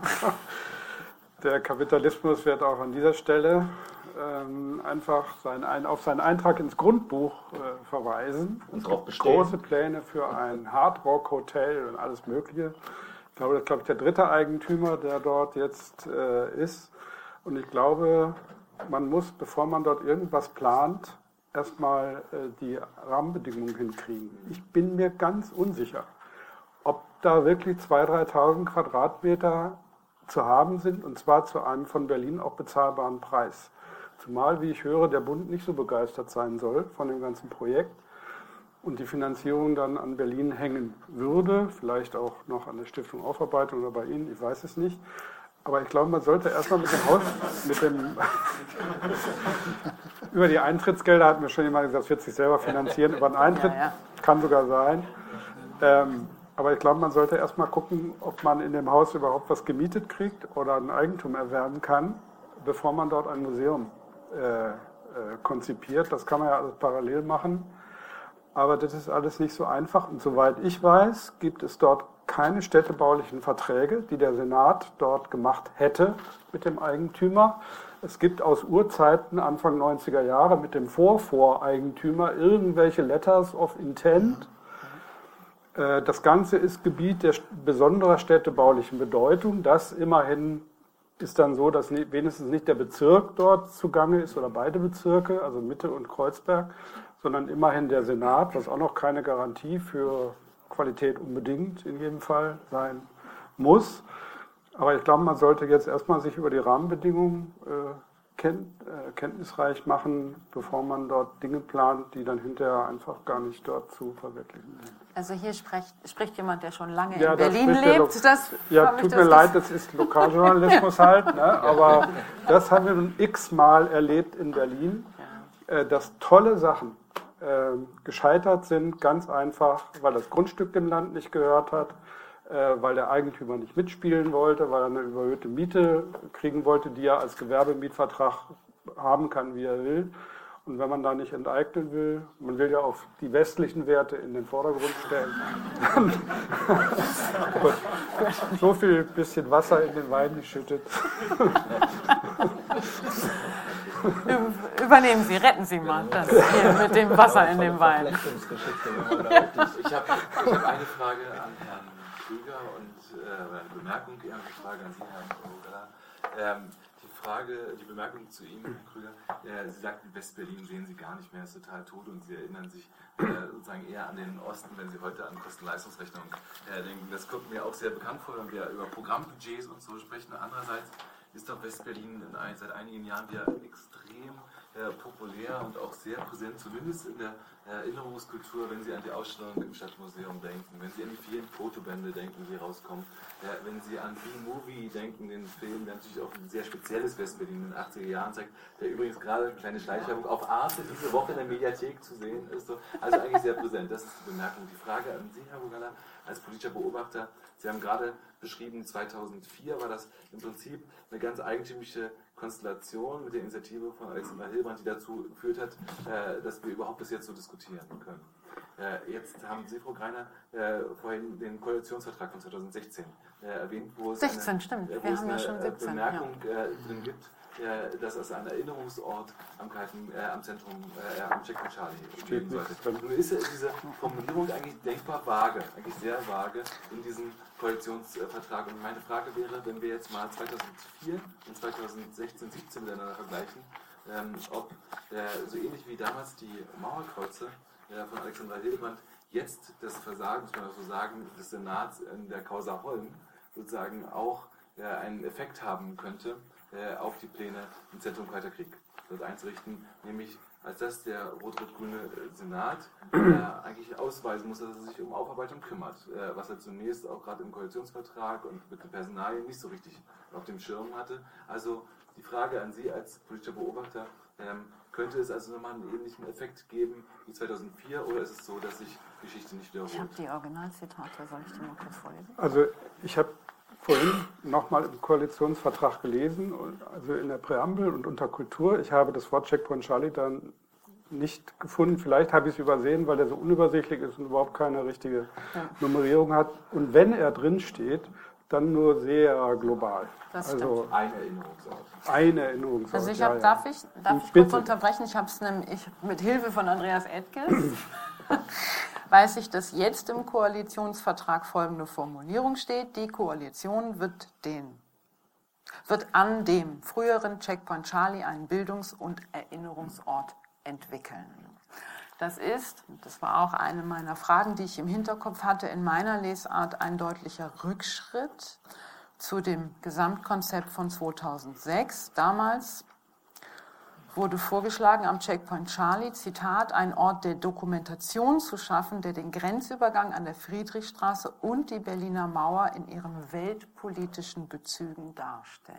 der Kapitalismus wird auch an dieser Stelle einfach auf seinen Eintrag ins Grundbuch verweisen. Und darauf bestehen. Große Pläne für ein Hardrock-Hotel und alles Mögliche. Ich glaube, das ist der 3. Eigentümer, der dort jetzt ist. Und ich glaube, man muss, bevor man dort irgendwas plant, erstmal die Rahmenbedingungen hinkriegen. Ich bin mir ganz unsicher, ob da wirklich 2.000, 3.000 Quadratmeter zu haben sind, und zwar zu einem von Berlin auch bezahlbaren Preis. Zumal, wie ich höre, der Bund nicht so begeistert sein soll von dem ganzen Projekt und die Finanzierung dann an Berlin hängen würde, vielleicht auch noch an der Stiftung Aufarbeitung oder bei Ihnen, ich weiß es nicht. Aber ich glaube, man sollte erstmal über die Eintrittsgelder, hat mir schon jemand gesagt, das wird sich selber finanzieren, über den Eintritt, kann sogar sein. Aber ich glaube, man sollte erstmal gucken, ob man in dem Haus überhaupt was gemietet kriegt oder ein Eigentum erwerben kann, bevor man dort ein Museum konzipiert. Das kann man ja alles parallel machen. Aber das ist alles nicht so einfach. Und soweit ich weiß, gibt es dort keine städtebaulichen Verträge, die der Senat dort gemacht hätte mit dem Eigentümer. Es gibt aus Urzeiten, Anfang 90er Jahre, mit dem Vorvoreigentümer irgendwelche Letters of Intent. Das Ganze ist Gebiet der besonderer städtebaulichen Bedeutung. Das immerhin ist dann so, dass wenigstens nicht der Bezirk dort zugange ist oder beide Bezirke, also Mitte und Kreuzberg, sondern immerhin der Senat, was auch noch keine Garantie für Qualität unbedingt in jedem Fall sein muss. Aber ich glaube, man sollte jetzt erstmal sich über die Rahmenbedingungen kenntnisreich machen, bevor man dort Dinge plant, die dann hinterher einfach gar nicht dort zu verwirklichen sind. Also hier spricht jemand, der schon lange in Berlin lebt. Tut mir leid, das ist Lokaljournalismus halt, ne? Aber das haben wir nun x-mal erlebt in Berlin, dass tolle Sachen gescheitert sind, ganz einfach, weil das Grundstück dem Land nicht gehört hat, weil der Eigentümer nicht mitspielen wollte, weil er eine überhöhte Miete kriegen wollte, die er als Gewerbemietvertrag haben kann, wie er will. Und wenn man da nicht enteignen will, man will ja auf die westlichen Werte in den Vordergrund stellen. Gut. So viel bisschen Wasser in den Wein geschüttet. Übernehmen Sie, retten Sie mal das hier mit dem Wasser in dem Wein. Ich habe eine Frage an Herrn Krüger und eine Bemerkung, eher eine Frage an Sie, Herr Ogeler. Die Bemerkung zu Ihnen, Herr Krüger. Sie sagten, West-Berlin sehen Sie gar nicht mehr, ist total tot und Sie erinnern sich sozusagen eher an den Osten, wenn Sie heute an Kosten-Leistungsrechnung denken. Das kommt mir auch sehr bekannt vor, wenn wir über Programmbudgets und so sprechen. Andererseits ist doch West-Berlin seit einigen Jahren wieder extrem populär und auch sehr präsent, zumindest in der Erinnerungskultur, wenn Sie an die Ausstellung im Stadtmuseum denken, wenn Sie an die vielen Fotobände denken, die rauskommen, wenn Sie an B-Movie denken, den Film, der natürlich auch ein sehr spezielles West-Berlin in den 80er Jahren zeigt, der übrigens gerade eine kleine Schleichwerbung auf Arte diese Woche in der Mediathek zu sehen ist. Also eigentlich sehr präsent, das ist die Bemerkung. Die Frage an Sie, Herr Bogala, als politischer Beobachter, Sie haben gerade beschrieben, 2004 war das im Prinzip eine ganz eigentümliche Konstellation mit der Initiative von Alexandra Hilbrand, die dazu geführt hat, dass wir überhaupt bis jetzt so diskutieren können. Jetzt haben Sie, Frau Greiner, vorhin den Koalitionsvertrag von 2016 erwähnt, wo es eine Bemerkung drin gibt, dass es einen Erinnerungsort am Zentrum, am Checkpoint Charlie geben sollte. Nun ist diese Formulierung eigentlich denkbar vage, eigentlich sehr vage in diesem Koalitionsvertrag. Und meine Frage wäre, wenn wir jetzt mal 2004 und 2016, 17 miteinander vergleichen, ob so ähnlich wie damals die Mauerkreuze von Alexandra Hilbrand jetzt das Versagen, muss man auch so sagen, des Senats in der Causa Holm sozusagen auch einen Effekt haben könnte auf die Pläne im Zentrum Kalter Krieg dort einzurichten, nämlich als dass der rot-rot-grüne Senat eigentlich ausweisen muss, dass er sich um Aufarbeitung kümmert, was er zunächst auch gerade im Koalitionsvertrag und mit den Personalien nicht so richtig auf dem Schirm hatte. Also die Frage an Sie als politischer Beobachter, könnte es also nochmal einen ähnlichen Effekt geben wie 2004 oder ist es so, dass sich Geschichte nicht wiederholt? Ich habe die Originalzitate, soll ich die mal kurz vorlesen? Also ich habe vorhin nochmal im Koalitionsvertrag gelesen, also in der Präambel und unter Kultur. Ich habe das Wort Checkpoint Charlie dann nicht gefunden. Vielleicht habe ich es übersehen, weil er so unübersichtlich ist und überhaupt keine richtige Nummerierung hat. Und wenn er drin steht, dann nur sehr global. Das also ein Erinnerungsort. Ein Erinnerungsort. Also darf ich kurz unterbrechen? Ich habe es nämlich mit Hilfe von Andreas Edges weiß ich, dass jetzt im Koalitionsvertrag folgende Formulierung steht: Die Koalition wird an dem früheren Checkpoint Charlie einen Bildungs- und Erinnerungsort entwickeln. Das war auch eine meiner Fragen, die ich im Hinterkopf hatte, in meiner Lesart ein deutlicher Rückschritt zu dem Gesamtkonzept von 2006. Damals wurde vorgeschlagen, am Checkpoint Charlie, Zitat, einen Ort der Dokumentation zu schaffen, der den Grenzübergang an der Friedrichstraße und die Berliner Mauer in ihren weltpolitischen Bezügen darstellt.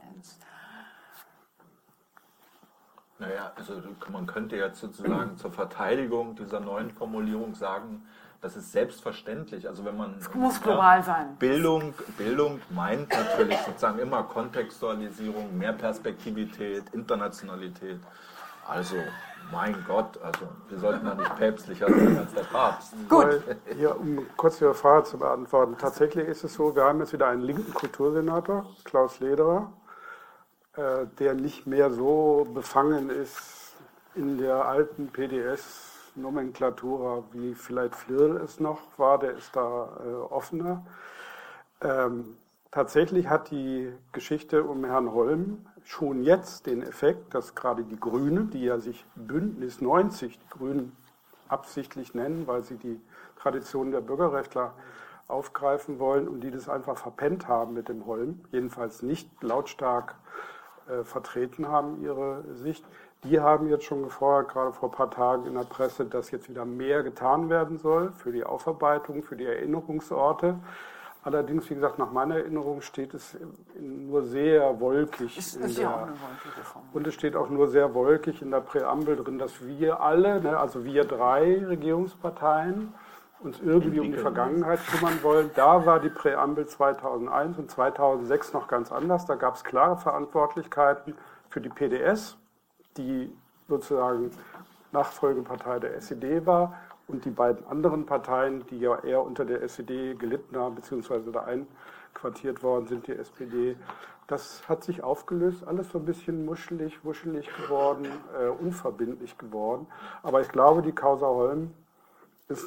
Naja, also man könnte jetzt sozusagen zur Verteidigung dieser neuen Formulierung sagen, das ist selbstverständlich. Also wenn man es muss global sein. Bildung meint natürlich sozusagen immer Kontextualisierung, Mehrperspektivität, Internationalität. Also, mein Gott, also wir sollten da nicht päpstlicher sein als der Papst. Gut. Hier, um kurz Ihre Frage zu beantworten. Tatsächlich ist es so, wir haben jetzt wieder einen linken Kultursenator, Klaus Lederer, der nicht mehr so befangen ist in der alten PDS-Nomenklatura, wie vielleicht Flirl es noch war, der ist da offener. Tatsächlich hat die Geschichte um Herrn Holm schon jetzt den Effekt, dass gerade die Grünen, die ja sich Bündnis 90, die Grünen absichtlich nennen, weil sie die Tradition der Bürgerrechtler aufgreifen wollen und die das einfach verpennt haben mit dem Holm, jedenfalls nicht lautstark vertreten haben, ihre Sicht. Die haben jetzt schon gefordert, gerade vor ein paar Tagen in der Presse, dass jetzt wieder mehr getan werden soll für die Aufarbeitung, für die Erinnerungsorte. Allerdings, wie gesagt, nach meiner Erinnerung steht es nur sehr wolkig. Und es steht auch nur sehr wolkig in der Präambel drin, dass wir alle, also wir drei Regierungsparteien, uns irgendwie um die Vergangenheit kümmern wollen. Da war die Präambel 2001 und 2006 noch ganz anders. Da gab es klare Verantwortlichkeiten für die PDS, die sozusagen Nachfolgepartei der SED war, und die beiden anderen Parteien, die ja eher unter der SED gelitten haben, beziehungsweise da einquartiert worden sind, die SPD. Das hat sich aufgelöst, alles so ein bisschen wuschelig geworden, unverbindlich geworden. Aber ich glaube, die Causa Holm ist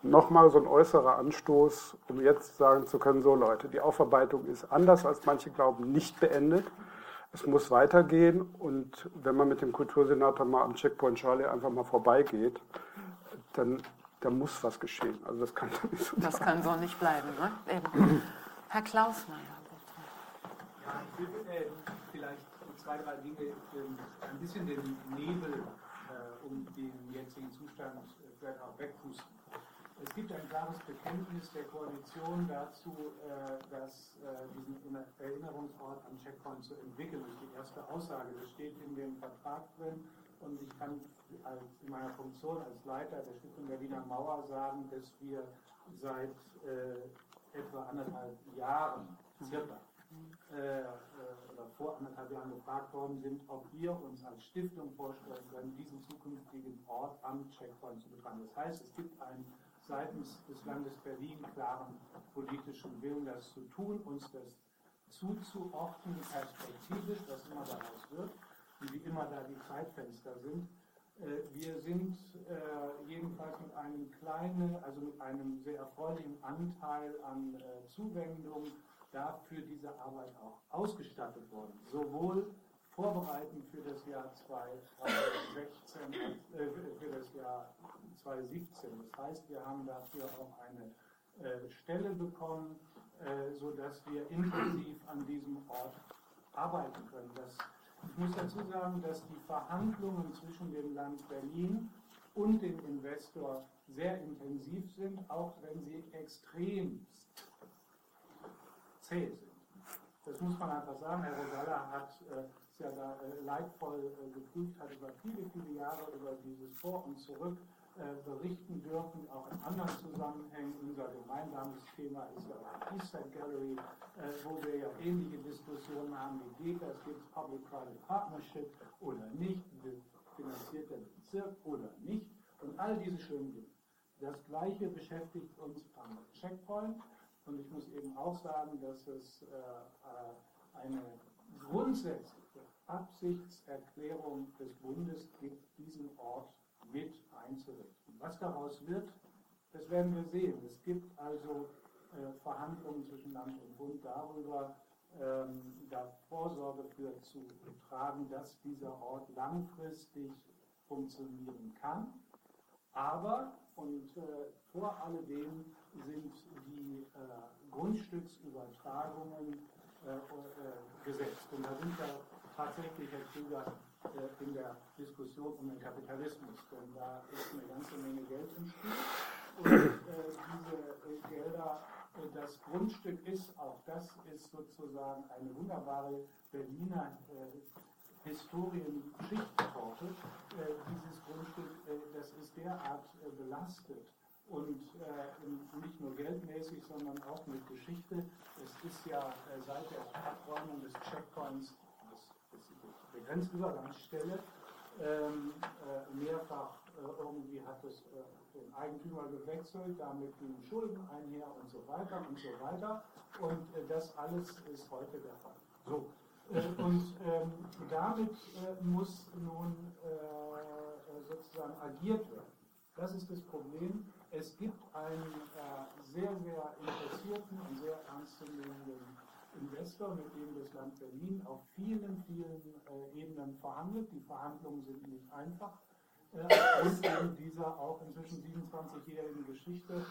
nochmal so ein äußerer Anstoß, um jetzt sagen zu können, so Leute, die Aufarbeitung ist anders, als manche glauben, nicht beendet. Es muss weitergehen und wenn man mit dem Kultursenator mal am Checkpoint Charlie einfach mal vorbeigeht, dann muss was geschehen. Also das kann doch nicht so Das sein. kann so nicht bleiben. Ne? Herr Klausmeier. Ja, ich will vielleicht 2, 3 Dinge, ein bisschen den Nebel um den jetzigen Zustand vielleicht auch wegpusten. Es gibt ein klares Bekenntnis der Koalition dazu, diesen Erinnerungsort am Checkpoint zu entwickeln. Das ist die erste Aussage. Das steht in dem Vertrag drin. Und ich kann in meiner Funktion als Leiter der Stiftung Berliner Mauer sagen, dass wir seit etwa 1,5 Jahren, circa, oder vor 1,5 Jahren gefragt worden sind, ob wir uns als Stiftung vorstellen können, diesen zukünftigen Ort am Checkpoint zu betreiben. Das heißt, es gibt einen seitens des Landes Berlin klaren politischen Willen, das zu tun, uns das zuzuordnen, perspektivisch, was immer daraus wird und wie immer da die Zeitfenster sind. Wir sind jedenfalls mit einem mit einem sehr erfreulichen Anteil an Zuwendung dafür diese Arbeit auch ausgestattet worden. Sowohl vorbereitend für das Jahr 2016, für das Jahr 2017. Das heißt, wir haben dafür auch eine Stelle bekommen, sodass wir intensiv an diesem Ort arbeiten können. Ich muss dazu sagen, dass die Verhandlungen zwischen dem Land Berlin und dem Investor sehr intensiv sind, auch wenn sie extrem zäh sind. Das muss man einfach sagen. Herr Rosalla hat es ja da leidvoll geprüft, hat über viele, viele Jahre über dieses Vor und Zurück berichten dürfen, auch in anderen Zusammenhängen. Unser gemeinsames Thema ist ja auch die East Side Gallery, wo wir ja ähnliche Diskussionen haben. Wie geht das? Gibt es Public-Private Partnership oder nicht? Finanziert der Bezirk oder nicht? Und all diese schönen Dinge. Das Gleiche beschäftigt uns am Checkpoint. Und ich muss eben auch sagen, dass es eine grundsätzliche Absichtserklärung des Bundes gibt, diesen Ort mit einzurichten. Was daraus wird, das werden wir sehen. Es gibt also Verhandlungen zwischen Land und Bund darüber, da Vorsorge für zu tragen, dass dieser Ort langfristig funktionieren kann. Aber, und vor alledem sind die Grundstücksübertragungen gesetzt. Und da sind wir tatsächlich, Herr Krüger, in der Diskussion um den Kapitalismus, denn da ist eine ganze Menge Geld im Spiel. Und diese Gelder, das Grundstück ist, auch das ist sozusagen eine wunderbare Berliner Historien-Geschichtentorte. Dieses Grundstück, das ist derart belastet und nicht nur geldmäßig, sondern auch mit Geschichte. Es ist ja seit der Abräumung des Checkpoints, der Grenzübergangsstelle, mehrfach irgendwie hat es den Eigentümer gewechselt, damit gingen Schulden einher und so weiter und so weiter. Und das alles ist heute der Fall. So. Und damit muss nun sozusagen agiert werden. Das ist das Problem. Es gibt einen sehr, sehr interessierten und sehr ernstzunehmenden Investor, mit dem das Land Berlin auf vielen, vielen Ebenen verhandelt. Die Verhandlungen sind nicht einfach. Und in dieser auch inzwischen 27-jährigen Geschichte.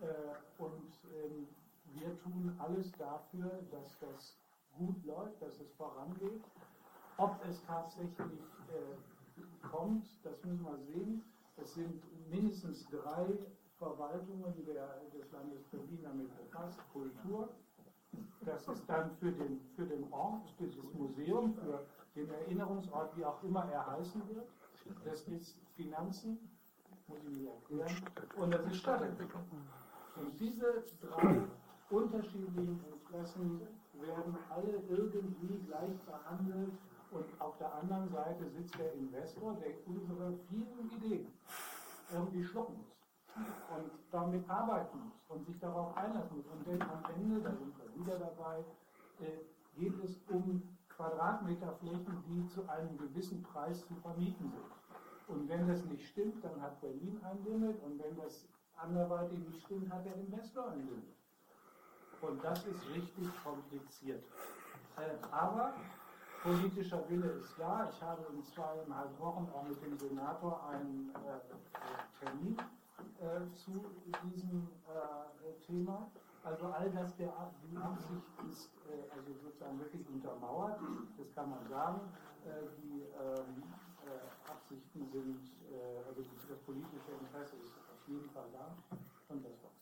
Wir tun alles dafür, dass das gut läuft, dass es vorangeht. Ob es tatsächlich kommt, das müssen wir sehen. Es sind mindestens 3 Verwaltungen des Landes Berlin damit befasst. Kultur, das ist dann für den Ort, für das Museum, für den Erinnerungsort, wie auch immer er heißen wird. Das ist Finanzen, muss ich mir erklären, und das ist Stadtentwicklung. Und diese 3 unterschiedlichen Interessen werden alle irgendwie gleich behandelt und auf der anderen Seite sitzt der Investor, der unsere vielen Ideen irgendwie schlucken muss und damit arbeiten muss und sich darauf einlassen muss. Und denn am Ende, da sind wir wieder dabei, geht es um Quadratmeterflächen, die zu einem gewissen Preis zu vermieten sind. Und wenn das nicht stimmt, dann hat Berlin ein Limit, und wenn das anderweitig nicht stimmt, hat der Investor ein Limit. Und das ist richtig kompliziert. Aber politischer Wille ist da. Ich habe in 2,5 Wochen auch mit dem Senator einen Termin zu diesem Thema. Also all das, die Absicht ist also sozusagen wirklich untermauert, das kann man sagen. Die Absichten sind, also das politische Interesse ist auf jeden Fall da. Und das war's.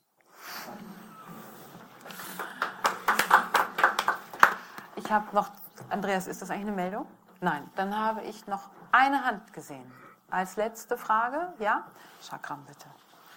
Ich habe noch, Andreas, ist das eigentlich eine Meldung? Nein, dann habe ich noch eine Hand gesehen. Als letzte Frage, ja? Chakram, bitte.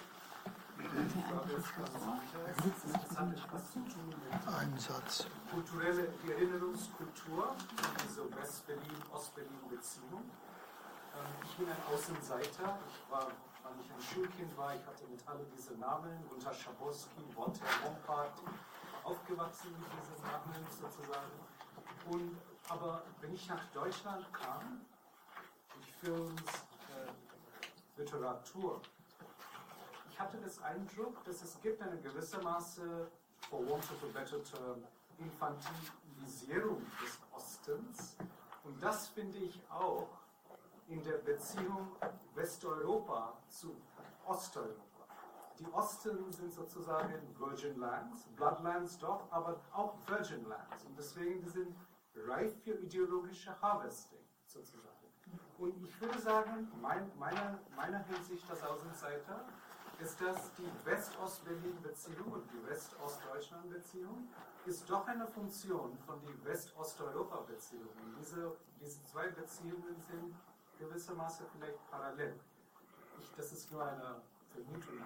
Ein Satz. Die Erinnerungskultur, diese West-Berlin-Ost-Berlin-Beziehung. Ich bin ein Außenseiter. Weil ich ein Schulkind war, ich hatte mit alle diese Namen, unter Schabowski, Voltaire, Montmartre, aufgewachsen mit diesen Namen sozusagen. Aber wenn ich nach Deutschland kam, durch Film, Literatur, ich hatte das Eindruck, dass es gibt eine gewisse Maße, for want of a better term, Infantilisierung des Ostens. Und das finde ich auch in der Beziehung Westeuropa zu Osteuropa. Die Osten sind sozusagen Virgin Lands, Bloodlands doch, aber auch Virgin Lands. Und deswegen die sind reif für ideologische Harvesting sozusagen. Und ich würde sagen, meiner Hinsicht als Außenseiter ist, dass die West-Ost-Berlin-Beziehung und die West-Ost-Deutschland-Beziehung ist doch eine Funktion von der West-Osteuropa-Beziehung. Diese zwei Beziehungen sind gewissermaßen vielleicht parallel. Das ist nur eine Vermutung.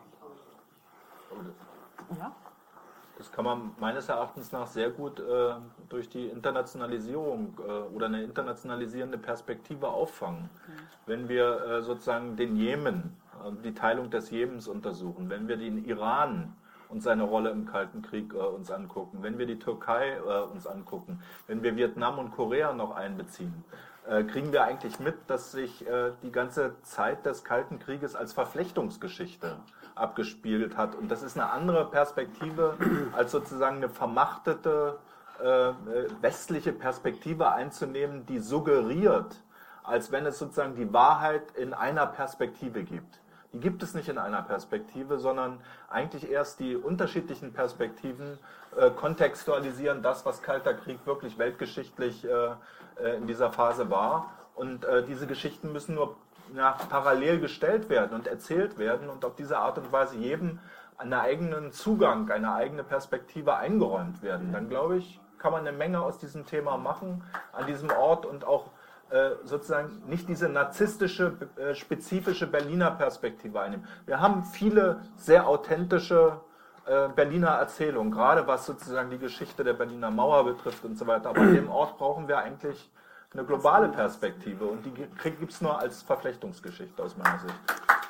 Ja? Das kann man meines Erachtens nach sehr gut durch die Internationalisierung oder eine internationalisierende Perspektive auffangen. Wenn wir sozusagen den Jemen, die Teilung des Jemens untersuchen, wenn wir den Iran und seine Rolle im Kalten Krieg uns angucken, wenn wir die Türkei uns angucken, wenn wir Vietnam und Korea noch einbeziehen, kriegen wir eigentlich mit, dass sich die ganze Zeit des Kalten Krieges als Verflechtungsgeschichte abgespielt hat. Und das ist eine andere Perspektive, als sozusagen eine vermachtete westliche Perspektive einzunehmen, die suggeriert, als wenn es sozusagen die Wahrheit in einer Perspektive gibt. Die gibt es nicht in einer Perspektive, sondern eigentlich erst die unterschiedlichen Perspektiven kontextualisieren das, was Kalter Krieg wirklich weltgeschichtlich in dieser Phase war. Und diese Geschichten müssen nur parallel gestellt werden und erzählt werden und auf diese Art und Weise jedem einen eigenen Zugang, eine eigene Perspektive eingeräumt werden. Dann, glaube ich, kann man eine Menge aus diesem Thema machen an diesem Ort und auch sozusagen nicht diese narzisstische, spezifische Berliner Perspektive einnehmen. Wir haben viele sehr authentische Berliner Erzählungen, gerade was sozusagen die Geschichte der Berliner Mauer betrifft und so weiter. Aber an dem Ort brauchen wir eigentlich eine globale Perspektive und die gibt es nur als Verflechtungsgeschichte aus meiner Sicht.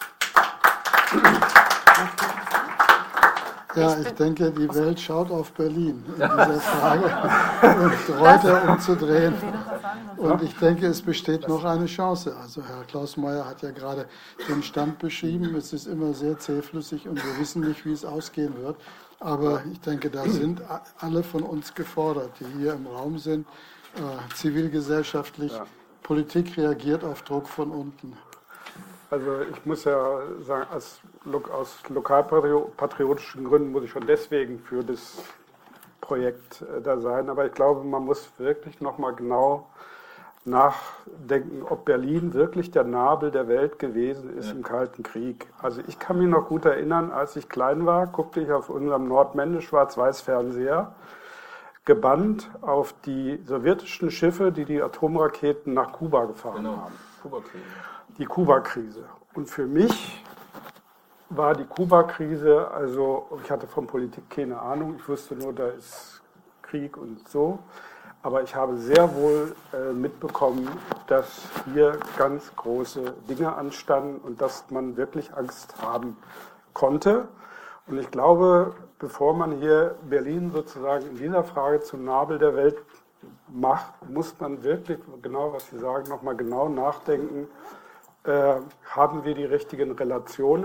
Ja, ich denke, die Welt schaut auf Berlin in dieser Frage und Reuter umzudrehen. Und ich denke, es besteht noch eine Chance. Also Herr Klausmeier hat ja gerade den Stand beschrieben. Es ist immer sehr zähflüssig und wir wissen nicht, wie es ausgehen wird. Aber ich denke, da sind alle von uns gefordert, die hier im Raum sind, zivilgesellschaftlich. Ja. Politik reagiert auf Druck von unten. Also ich muss ja sagen, aus lokalpatriotischen Gründen muss ich schon deswegen für das Projekt da sein. Aber ich glaube, man muss wirklich nochmal genau nachdenken, ob Berlin wirklich der Nabel der Welt gewesen ist im Kalten Krieg. Also ich kann mich noch gut erinnern, als ich klein war, guckte ich auf unserem Nordmende-Schwarz-Weiß-Fernseher gebannt auf die sowjetischen Schiffe, die die Atomraketen nach Kuba gefahren haben. Kuba-Krise. Die Kuba-Krise. Und für mich war die Kuba-Krise, also ich hatte von Politik keine Ahnung, ich wusste nur, da ist Krieg und so, aber ich habe sehr wohl mitbekommen, dass hier ganz große Dinge anstanden und dass man wirklich Angst haben konnte. Und ich glaube, bevor man hier Berlin sozusagen in dieser Frage zum Nabel der Welt macht, muss man wirklich, genau was Sie sagen, nochmal genau nachdenken, haben wir die richtigen Relationen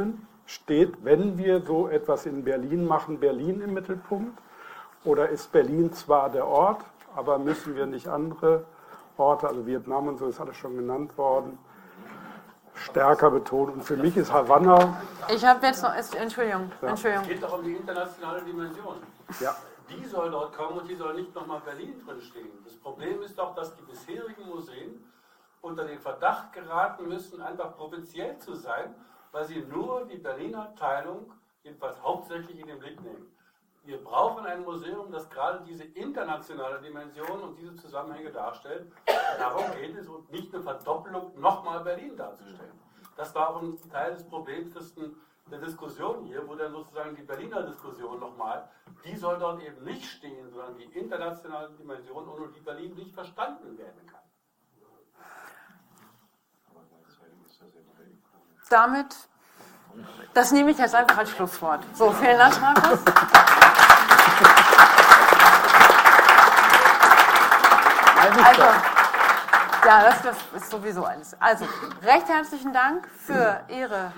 steht, wenn wir so etwas in Berlin machen, Berlin im Mittelpunkt? Oder ist Berlin zwar der Ort, aber müssen wir nicht andere Orte, also Vietnam und so ist alles schon genannt worden, stärker betonen? Und für mich ist Havanna... Ich habe jetzt noch... Entschuldigung. Es geht doch um die internationale Dimension. Ja. Die soll dort kommen und die soll nicht nochmal Berlin drinstehen. Das Problem ist doch, dass die bisherigen Museen unter den Verdacht geraten müssen, einfach provinziell zu sein, weil sie nur die Berliner Teilung, jedenfalls hauptsächlich in den Blick nehmen. Wir brauchen ein Museum, das gerade diese internationale Dimension und diese Zusammenhänge darstellt. Darum geht es und nicht eine Verdoppelung nochmal Berlin darzustellen. Das war auch ein Teil des Problems der Diskussion hier, wo dann sozusagen die Berliner Diskussion nochmal, die soll dort eben nicht stehen, sondern die internationale Dimension, ohne die Berlin nicht verstanden werden kann. Damit, das nehme ich jetzt einfach als Schlusswort. So, vielen Dank, Markus. Also, ja, das ist sowieso alles. Also, recht herzlichen Dank für Ihre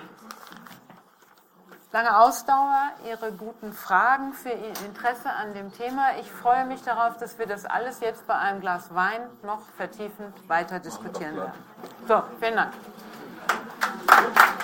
lange Ausdauer, Ihre guten Fragen, für Ihr Interesse an dem Thema. Ich freue mich darauf, dass wir das alles jetzt bei einem Glas Wein noch vertiefend weiter diskutieren werden. So, vielen Dank.